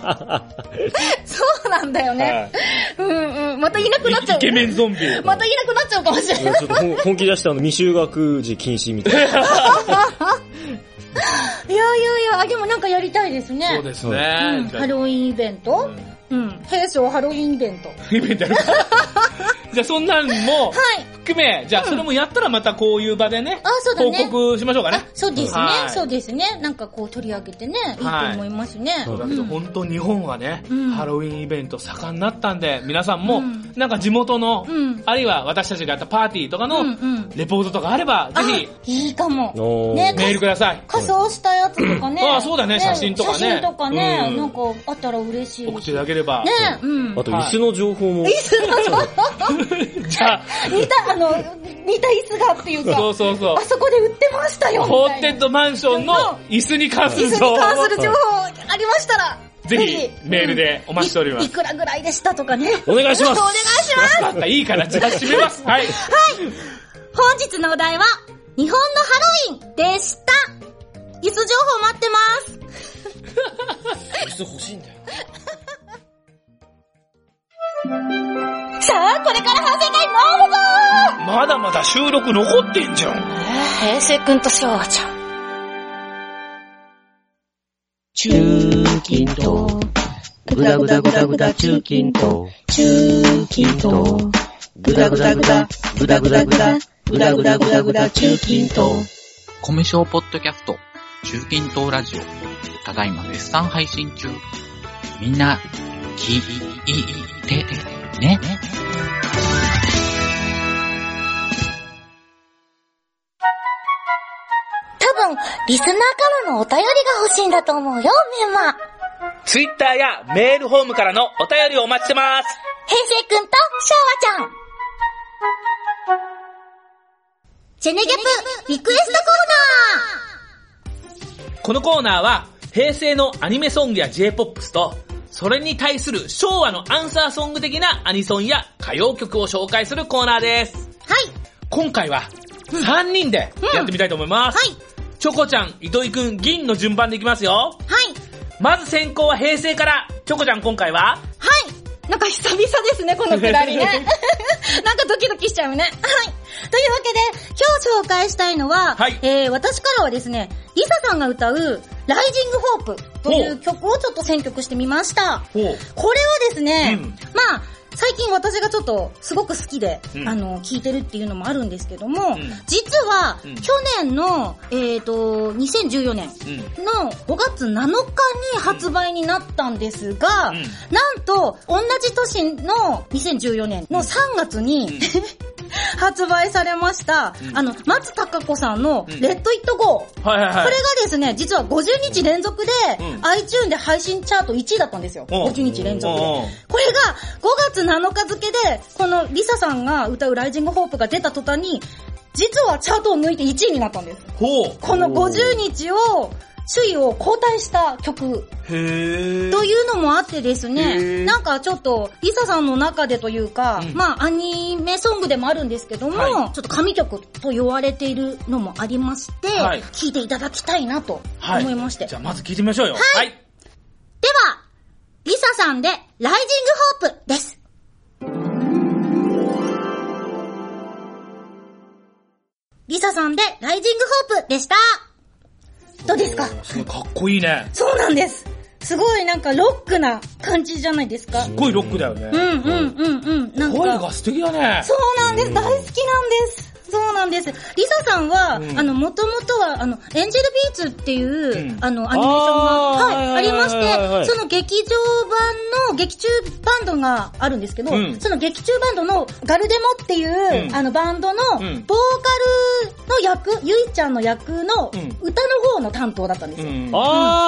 そうなんだよね。またいなくなっちゃう。 イケメンゾンビ。 またいなくなっちゃうかもしれない。 ちょっと本気出して未就学児禁止みたいな。いや、でもなんかやりたいですね。 そうですね。 ハロウィンイベント？平成ハロウィンイベント。 イベントやるか。じゃあそんなんも含め、じゃあそれもやったらまたこういう場でね、報告しましょうかね。 そうですね。なんかこう取り上げてね、いいと思いますね。 そうだけど本当日本はね、ハロウィンイベント盛んになったんで、皆さんもなんか地元の、あるいは私たちがやったパーティーとかのレポートとかあれば、ぜひ。いいかも。 メールください。 仮装したやつとかね。 そうだね、写真とかね。 写真とかね、なんかあったら嬉しい。 送っていただければ。 ね。 あと椅子の情報も。 椅子の情報じゃあ、 似た椅子がっていうか、 そう。 あそこで売ってましたよ。 ホーンテッドマンションの椅子に関する情報ありましたら、 ぜひメールでお待ちしております。 いくらぐらいでしたとかね。 お願いします。 お願いします。 いいから、じゃあ締めます。はい。 本日のお題は、日本のハロウィンでした。椅子情報待ってます。椅子欲しいんだよ。 さあ、これから反省会飲むぞー。 まだまだ収録残ってんじゃん。 平成くんと昭和ちゃん。 中近東グダグダグダグダ中近東中近東グダグダグダグダグダグダグダグダグダグダ中近東米小ポッドキャスト中近東ラジオただいま絶賛配信中。みんな聞いてね。 多分リスナーからのお便りが欲しいんだと思うよ、メンマ。 ツイッターやメールフォームからのお便りをお待ちしてます。 平成くんと昭和ちゃん。チェネギャプリクエストコーナー。 このコーナーは平成のアニメソングや J-POP とそれに対する昭和のアンサーソング的なアニソンや歌謡曲を紹介するコーナーです。 はい。 今回は3人でやってみたいと思います。 はい。 チョコちゃん、糸井くん、銀の順番でいきますよ。 はい。 まず先行は平成から。チョコちゃん今回は？ はい。なんか久々ですね、このくだりね。なんかドキドキしちゃうね。はい。というわけで、今日紹介したいのは、 はい、 私からはですね、リサさんが歌う、ライジングホープという曲をちょっと選曲してみました。これはですね、まあ、最近私がちょっとすごく好きで、聴いてるっていうのもあるんですけども、実は、去年の、2014年の5月7日に発売になったんですが、なんと、同じ年の2014年の3月に、発売されました、松たか子さんのレッドイットゴー。これがですね、実は50日連続で、iTunes で配信チャート1位だったんですよ。50日連続で。これが5月7日付で、このリサさんが歌うライジングホープが出た途端に、実はチャートを抜いて1位になったんです。この50日を、首位を交代した曲というのもあってですね、なんかちょっとリサさんの中でというか、まあアニメソングでもあるんですけども、ちょっと神曲と言われているのもありまして、聴いていただきたいなと思いまして、 じゃあまず聴いてみましょうよ。 はい。ではリサさんでライジングホープです。リサさんでライジングホープでした。どうですか？ すごいかっこいいね。 そうなんです。すごいなんかロックな感じじゃないですか。 すごいロックだよね。なんか声が素敵だね。 そうなんです。大好きなんです。そうなんです。リサさんは、もともとは、エンジェルビーツっていう、アニメーションが、ありまして、その劇場版の劇中バンドがあるんですけど、その劇中バンドのガルデモっていう、バンドの、ボーカルの役、ゆいちゃんの役の、歌の方の担当だったんですよ。で、それで、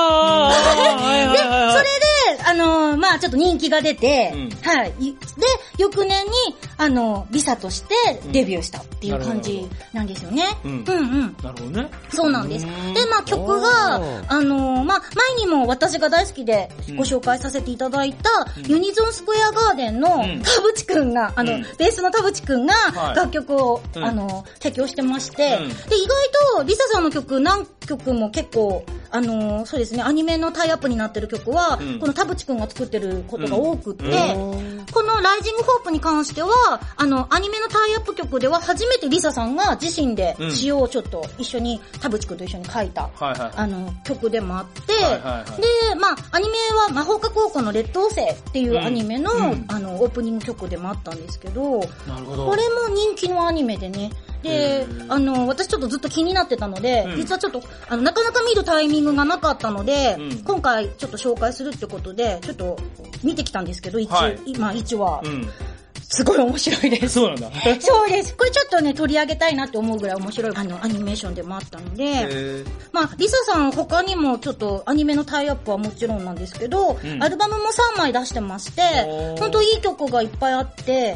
まあちょっと人気が出て、はい。で、翌年に、リサとしてデビューしたっていう感じなんですよね。 なるほどね。 そうなんです。で、まあ曲が、まあ前にも私が大好きでご紹介させていただいた、ユニゾンスクエアガーデンの田淵くんが、ベースの田淵くんが楽曲を、提供してまして、で、意外とリサさんの曲何曲も結構、そうですね、アニメのタイアップになってる曲は、この田淵くんが作ってることが多くって、このライジングホープに関しては、アニメのタイアップ曲では初めてリサさんが自身で詩をちょっと一緒に、田淵くんと一緒に書いた、曲でもあって、で、まあ、アニメは魔法科高校の劣等生っていうアニメの、オープニング曲でもあったんですけど、これも人気のアニメでね、で、私ちょっとずっと気になってたので、実はちょっと、なかなか見るタイミングがなかったので、今回ちょっと紹介するってことで、ちょっと見てきたんですけど、今1話。すごい面白いです。 そうなんだ。 そうです。これちょっとね、取り上げたいなって思うぐらい面白いアニメーションでもあったので、まあ、リサさん他にもちょっとアニメのタイアップはもちろんなんですけど、アルバムも3枚出してまして、ほんといい曲がいっぱいあって、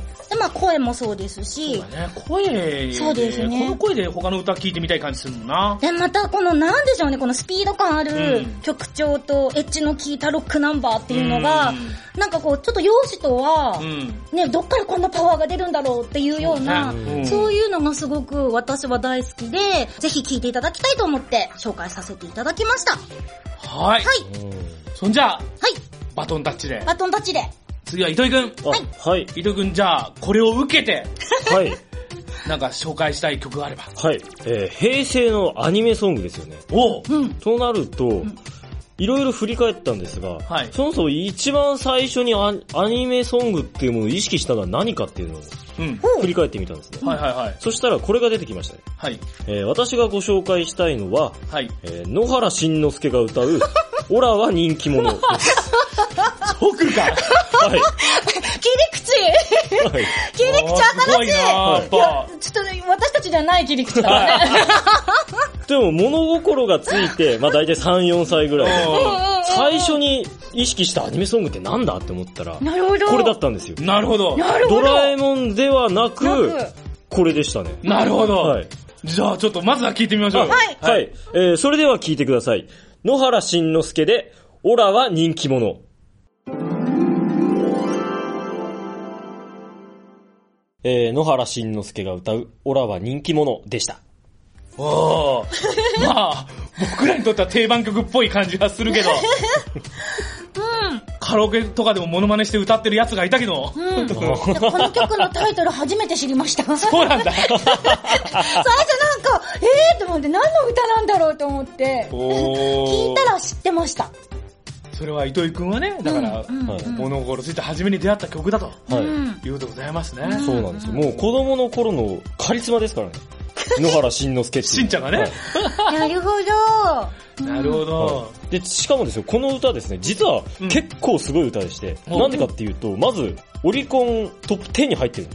で、まあ声もそうですし、 そうだね、声、 そうですね。 この声で他の歌聴いてみたい感じするもんな。 で、またこのなんでしょうね、このスピード感ある曲調とエッジの効いたロックナンバーっていうのが、なんかこう、ちょっと容姿とは、ね、どっからこんなパワーが出るんだろうっていうような、そういうのがすごく私は大好きで、ぜひ聴いていただきたいと思って紹介させていただきました。 はい。そんじゃあ、バトンタッチで。 バトンタッチで。 次は糸井くん。 はい。 糸井くん、じゃあ、これを受けて、はい。なんか紹介したい曲があれば。 はい。平成のアニメソングですよね。 おう。 となると、 いろいろ振り返ったんですが、 はい、 そもそも一番最初にアニメソングっていうものを意識したのは何かっていうのを振り返ってみたんですね。 はいはいはい。 そしたらこれが出てきましたね。 はい。 私がご紹介したいのは、 はい。 野原しんのすけが歌う、オラは人気者です。 そうくるか。はい。 切り口はい。切り口新しい。はい、いや、ちょっとね、私たちじゃない切り口だね。 でも物心がついて、まあ大体3、4歳ぐらいで、最初に意識したアニメソングってなんだって思ったら、なるほど。これだったんですよ。 なるほど。 ドラえもんではなく、これでしたね。 なるほど。はい。じゃあちょっとまずは聞いてみましょう。 はい。 はい。それでは聞いてください。野原しんのすけで、オラは人気者。野原しんのすけが歌う、オラは人気者でした。 おー。まあ、僕らにとっては定番曲っぽい感じがするけど。うん。カラオケとかでもモノマネして歌ってるやつがいたけど。 うん。この曲のタイトル初めて知りました。 そうなんだ。最初なんか、 と思って何の歌なんだろうと思って、聞いたら知ってました。 それは糸井くんはね、だから、物心ついて初めに出会った曲だと、いうことでございますね。 そうなんですよ。もう子供の頃のカリスマですからね。野原しんのすけっていう。 しんちゃんがね。 なるほど。 なるほど。 で、しかもですよ、この歌ですね、実は結構すごい歌でして、なんでかっていうと、まず、オリコントップ10に入ってるんです。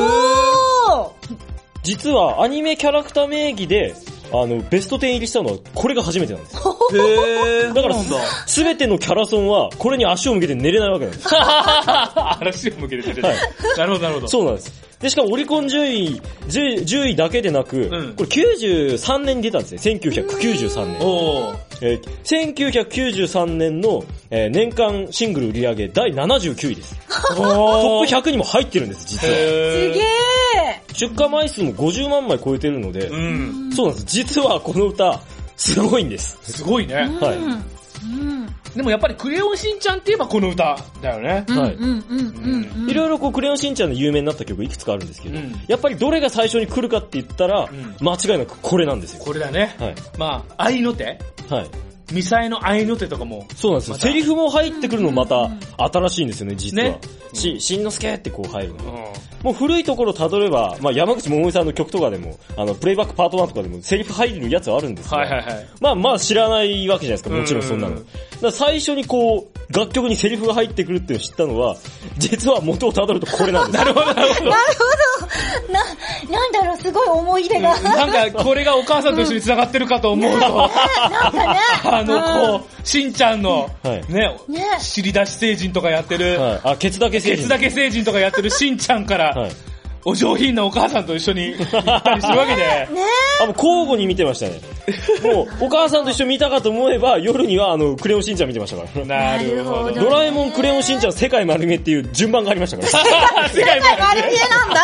実はアニメキャラクター名義で、ベスト10入りしたのはこれが初めてなんです。 へー。 だから、すべてのキャラソンはこれに足を向けて寝れないわけなんです。 足を向けて寝れない。なるほど、なるほど。 そうなんです。で、しかもオリコン10位だけでなく、これ93年に出たんですね。1993年。1993年の、年間シングル売り上げ第79位です。トップ100にも入ってるんです、実は。すげー。 出荷枚数も50万枚超えてるので、そうなんです。実はこの歌、すごいんです。 すごいね。 はい。 でもやっぱりクレヨンしんちゃんって言えばこの歌だよね。 はい。いろいろこうクレヨンしんちゃんの有名になった曲いくつかあるんですけど、やっぱりどれが最初に来るかって言ったら、間違いなくこれなんですよ。 これだね。 はい。 まあ、愛の手？はい。ミサイの愛の手とかも。 そうなんですよ。セリフも入ってくるのまた新しいんですよね、実は。しんのすけってこう入るの。もう古いところ辿れば、まあ山口百恵さんの曲とかでも、プレイバックパート1とかでもセリフ入るやつはあるんですけど、まあ知らないわけじゃないですか、もちろんそんなの。だから最初にこう、楽曲にセリフが入ってくるっていうのを知ったのは、実は元を辿るとこれなんです。 なるほど、なるほど。 なんだろう、すごい思い入れが。 なんか、これがお母さんと一緒に繋がってるかと思うと、 なんかね、 こう、しんちゃんの、ね、尻出し成人とかやってる、 ケツだけ成人。 ケツだけ成人とかやってるしんちゃんから、お上品なお母さんと一緒に行ったりするわけで。 もう交互に見てましたね。もう、お母さんと一緒に見たかと思えば、夜にはクレヨンしんちゃん見てましたから。 なるほど。 ドラえもん、クレヨンしんちゃん、世界丸見えっていう順番がありましたから。世界丸見えなんだ。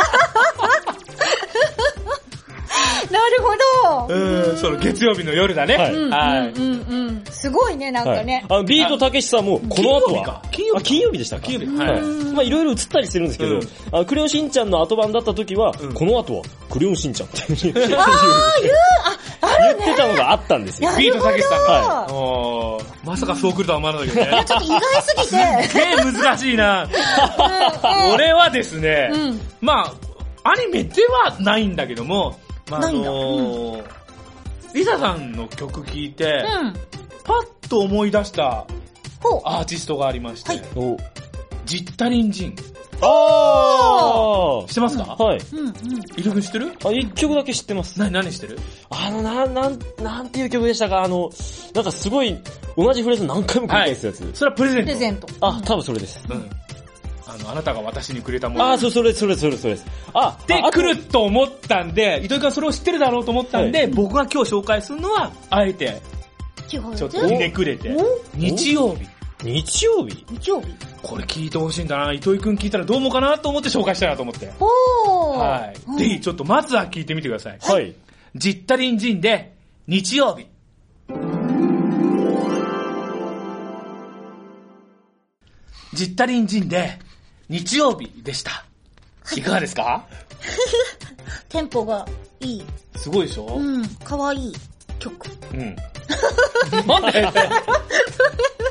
なるほど。 その月曜日の夜だね。 はい。すごいね、なんかね。 ビートたけしさんも、この後は。金曜日でしたか？ 金曜日。 はい。まあいろいろ映ったりしてるんですけど、クレヨンしんちゃんの後番だった時は、この後は、クレヨンしんちゃんって言ってたのがあったんですよ。 ビートたけしさんが。まさかそう来るとは思わなかったけどね。 いや、ちょっと意外すぎて。 すげえ難しいな。俺はですね、まあ、アニメではないんだけども、リサさんの曲聴いて、パッと思い出したアーティストがありまして、ジッタリンジン。知ってますか？ はい。 伊藤くん知ってる？ 一曲だけ知ってます。 何知ってる？ なんていう曲でしたか？なんかすごい、同じフレーズ何回も繰り返すやつ。 それはプレゼント。 プレゼント。 多分それです。 あなたが私にくれたもの。 それです。で、 来ると思ったんで、糸井くんはそれを知ってるだろうと思ったんで、僕が今日紹介するのは、あえて、ちょっとひねくれて、日曜日。 日曜日これ聞いてほしいんだな。糸井くん聞いたらどう思うかなと思って紹介したいなと思って。はい。ぜひ、ちょっとまずは聞いてみてください。 はい。 ジッタリンジンで、日曜日。ジッタリンジンで、日曜日でした。いかがですか？ テンポがいい。 すごいでしょ？ かわいい曲。 なんで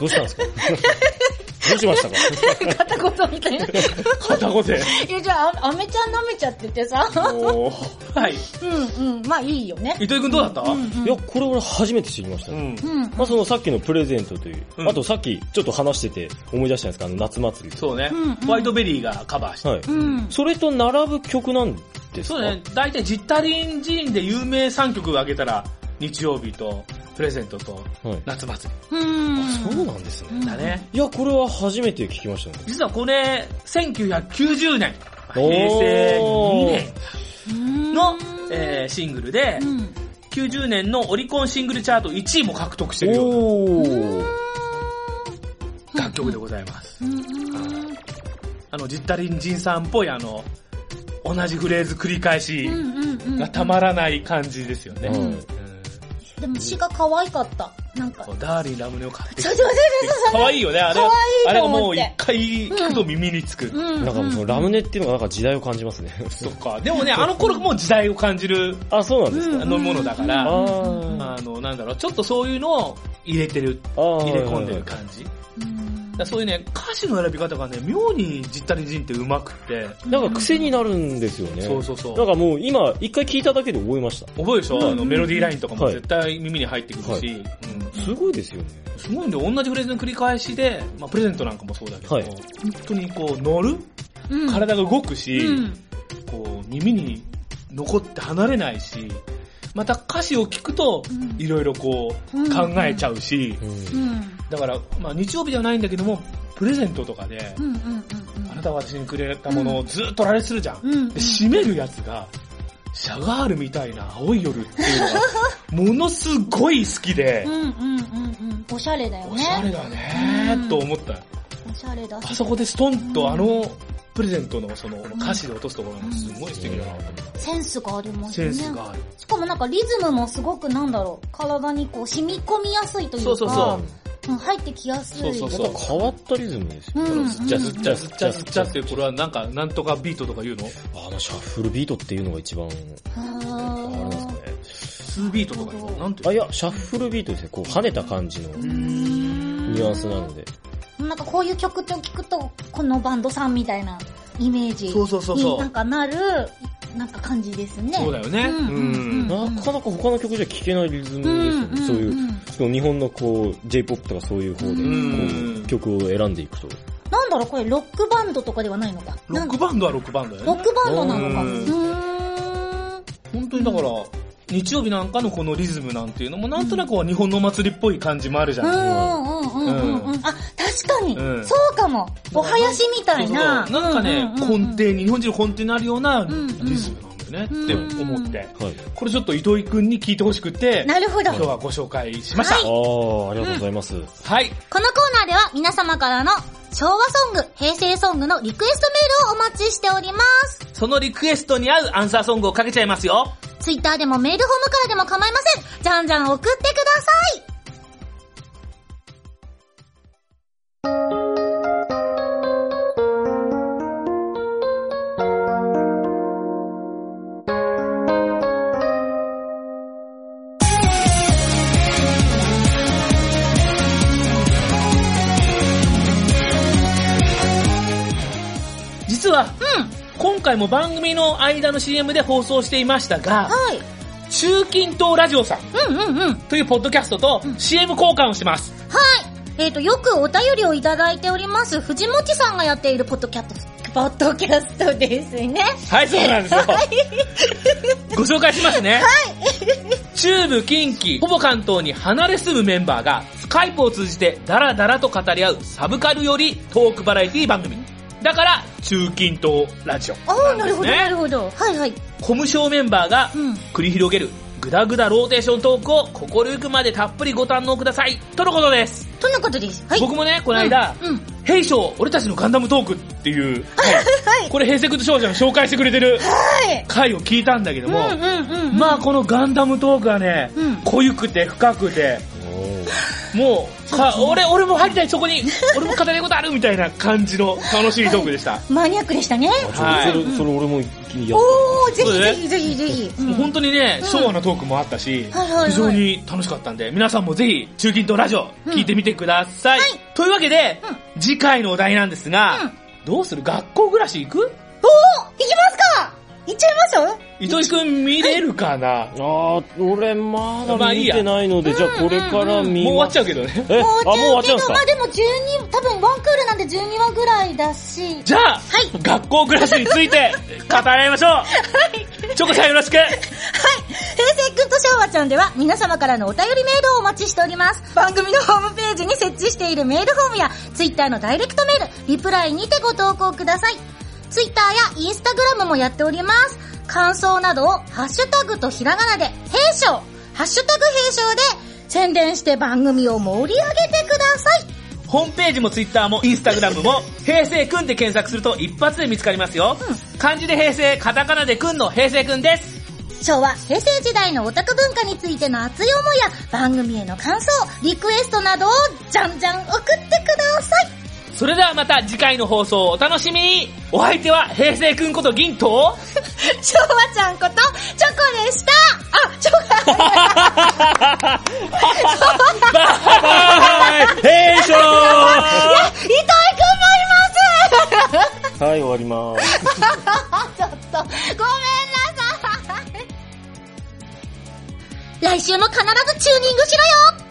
どうしたんですかどうしましたか片言みたいな。 片言で。 いや、じゃあ、アメちゃん舐めちゃっててさ。 はい。 うんうん。まあいいよね。 糸井くんどうだった？ いや、これ俺初めて知りましたね。まあそのさっきのプレゼントという、あとさっきちょっと話してて思い出したんですか、夏祭り。 そうね。ホワイトベリーがカバーして。 はい。それと並ぶ曲なんですか？ そうね。大体ジッタリンジーンで有名3曲挙げたら、日曜日と、プレゼントと夏祭り。 そうなんですね。 だね。 いや、これは初めて聞きましたね。 実はこれ、1990年、平成2年の、シングルで、90年のオリコンシングルチャート1位も獲得してるような楽曲でございます。ジッタリンジンさんっぽい同じフレーズ繰り返しがたまらない感じですよね。 でも詩が可愛かった。なんか。 ダーリンラムネを買ってきて。 そう。 可愛いよね、あれ。 可愛いあれがもう一回聞くと耳につく。 なんかそのラムネっていうのがなんか時代を感じますね。 そっか。でもね、あの頃も時代を感じる。 あ、そうなんですか。 飲み物だから、なんだろう、ちょっとそういうのを入れてる、入れ込んでる感じ。そういうね、歌詞の選び方がね、妙にジッタリンジンって上手くて。 なんか癖になるんですよね。 そう。 なんかもう今、一回聞いただけで覚えました。 覚えるでしょ？メロディーラインとかも絶対耳に入ってくるし。 すごいですよね。 すごいんだよ。同じフレーズの繰り返しで、まあプレゼントなんかもそうだけど、本当にこう乗る、体が動くし、こう耳に残って離れないし、また歌詞を聞くと、いろいろこう考えちゃうし、だから、まあ日曜日ではないんだけども、プレゼントとかで、あなたは私にくれたものをずっとあれするじゃん。で、締めるやつが、シャガールみたいな青い夜っていうのが、ものすごい好きで、 おしゃれだよね。 おしゃれだねと思った。 おしゃれだ。 あそこでストンとプレゼントのその歌詞で落とすところがすごい素敵だなと思って。 センスがありますね。 センスがある。 しかもなんかリズムもすごくなんだろう、体にこう染み込みやすいというか、入ってきやすい。 そう変わったリズムですよね。 スッチャスッチャスッチャスッチャって、これはなんか、なんとかビートとか言うの？ シャッフルビートっていうのが一番、あれですかね。 2ビートとかなんて？ いや、シャッフルビートですね。こう跳ねた感じのニュアンスなので。 なんかこういう曲調聞くと、このバンドさんみたいなイメージになんかなる、なんか感じですね。 そうだよね。 なかなか他の曲じゃ聴けないリズムですよね。そういう、日本のこう、J-POP とかそういう方で、こう、曲を選んでいくと。 なんだろう、これロックバンドとかではないのか。 ロックバンドはロックバンドだよね。 ロックバンドなのか。 本当にだから、日曜日なんかのこのリズムなんていうのもなんとなく日本のお祭りっぽい感じもあるじゃないですか。あ、確かに、そうかも。お囃子みたいな。 なんかね、根底に、日本人の根底になるようなリズムなんだよねって思って、これちょっグ糸井くんに聞いてほしくて、 なるほど。 今日はご紹介しました。 ありがとうございます。 はい。 このコーナーでは皆様からの昭和ソング、平成ソングのリクエストメールをお待ちしております。 そのリクエストに合うアンサーソングをかけちゃいますよ。 ツイッターでもメールフォームからでも構いません。じゃんじゃん送ってください。 実は、今回も番組の間の CM で放送していましたが、中近東ラジオさんというポッドキャストと CM 交換をします。 はい。よくお便りをいただいております、藤もちさんがやっているポッドキャストですね。 はい、そうなんですよ。ご紹介しますね。 はい。 中部近畿、ほぼ関東に離れ住むメンバーがスカイプを通じてダラダラと語り合うサブカルよりトークバラエティ番組。だから、中近東ラジオ、ね。 ああ、なるほど、なるほど。はいはい。 コムショーメンバーが繰り広げるグダグダローテーショントークを心ゆくまでたっぷりご堪能ください。とのことです。 とのことです。はい。 僕もね、この間、ヘイショー、俺たちのガンダムトークっていう、これ平成グッド少女が紹介してくれてる回を聞いたんだけども、まあこのガンダムトークはね、濃ゆくて深くて、 もう、俺も入りたい、そこに、俺も語りたいことあるみたいな感じの楽しいトークでした。 マニアックでしたね。 はい。それ俺も一気にやった。 おー、ぜひ。 本当にね、昭和のトークもあったし、非常に楽しかったんで、皆さんもぜひ、中近東ラジオ、聞いてみてください。というわけで、次回のお題なんですが、どうする？学校暮らし行く？ おー、行きますか？行っちゃいましょう？ 糸井くん見れるかな？ 俺まだ見てないので、じゃあこれから見ます。 もう終わっちゃうけどね。 もう終わっちゃうんですか？まあでも多分ワンクールなんで12話ぐらいだし。 じゃあ、学校暮らしについて語らいましょう。はい。チョコちゃんよろしく。はい。 平成くんとしょうわちゃんでは皆様からのお便りメールをお待ちしております。番組のホームページに設置しているメールフォームや Twitter のダイレクトメール、リプライにてご投稿ください。Twitter や Instagram もやっております。感想などをハッシュタグとひらがなで平唱、ハッシュタグ平唱で宣伝して番組を盛り上げてください。 ホームページもツイッターもインスタグラムも平成くんで検索すると一発で見つかりますよ。漢字で平成、カタカナでくんの平成くんです。 昭和、平成時代のオタク文化についての熱い思いや番組への感想、リクエストなどをじゃんじゃん送ってください。 それではまた次回の放送をお楽しみに。お相手は平成くんこと銀と昭和ちゃんことチョコでした。チョコバイ平唱。 糸井くんもいます。 はい、終わります。 ちょっとごめんなさい。来週も必ずチューニングしろよ。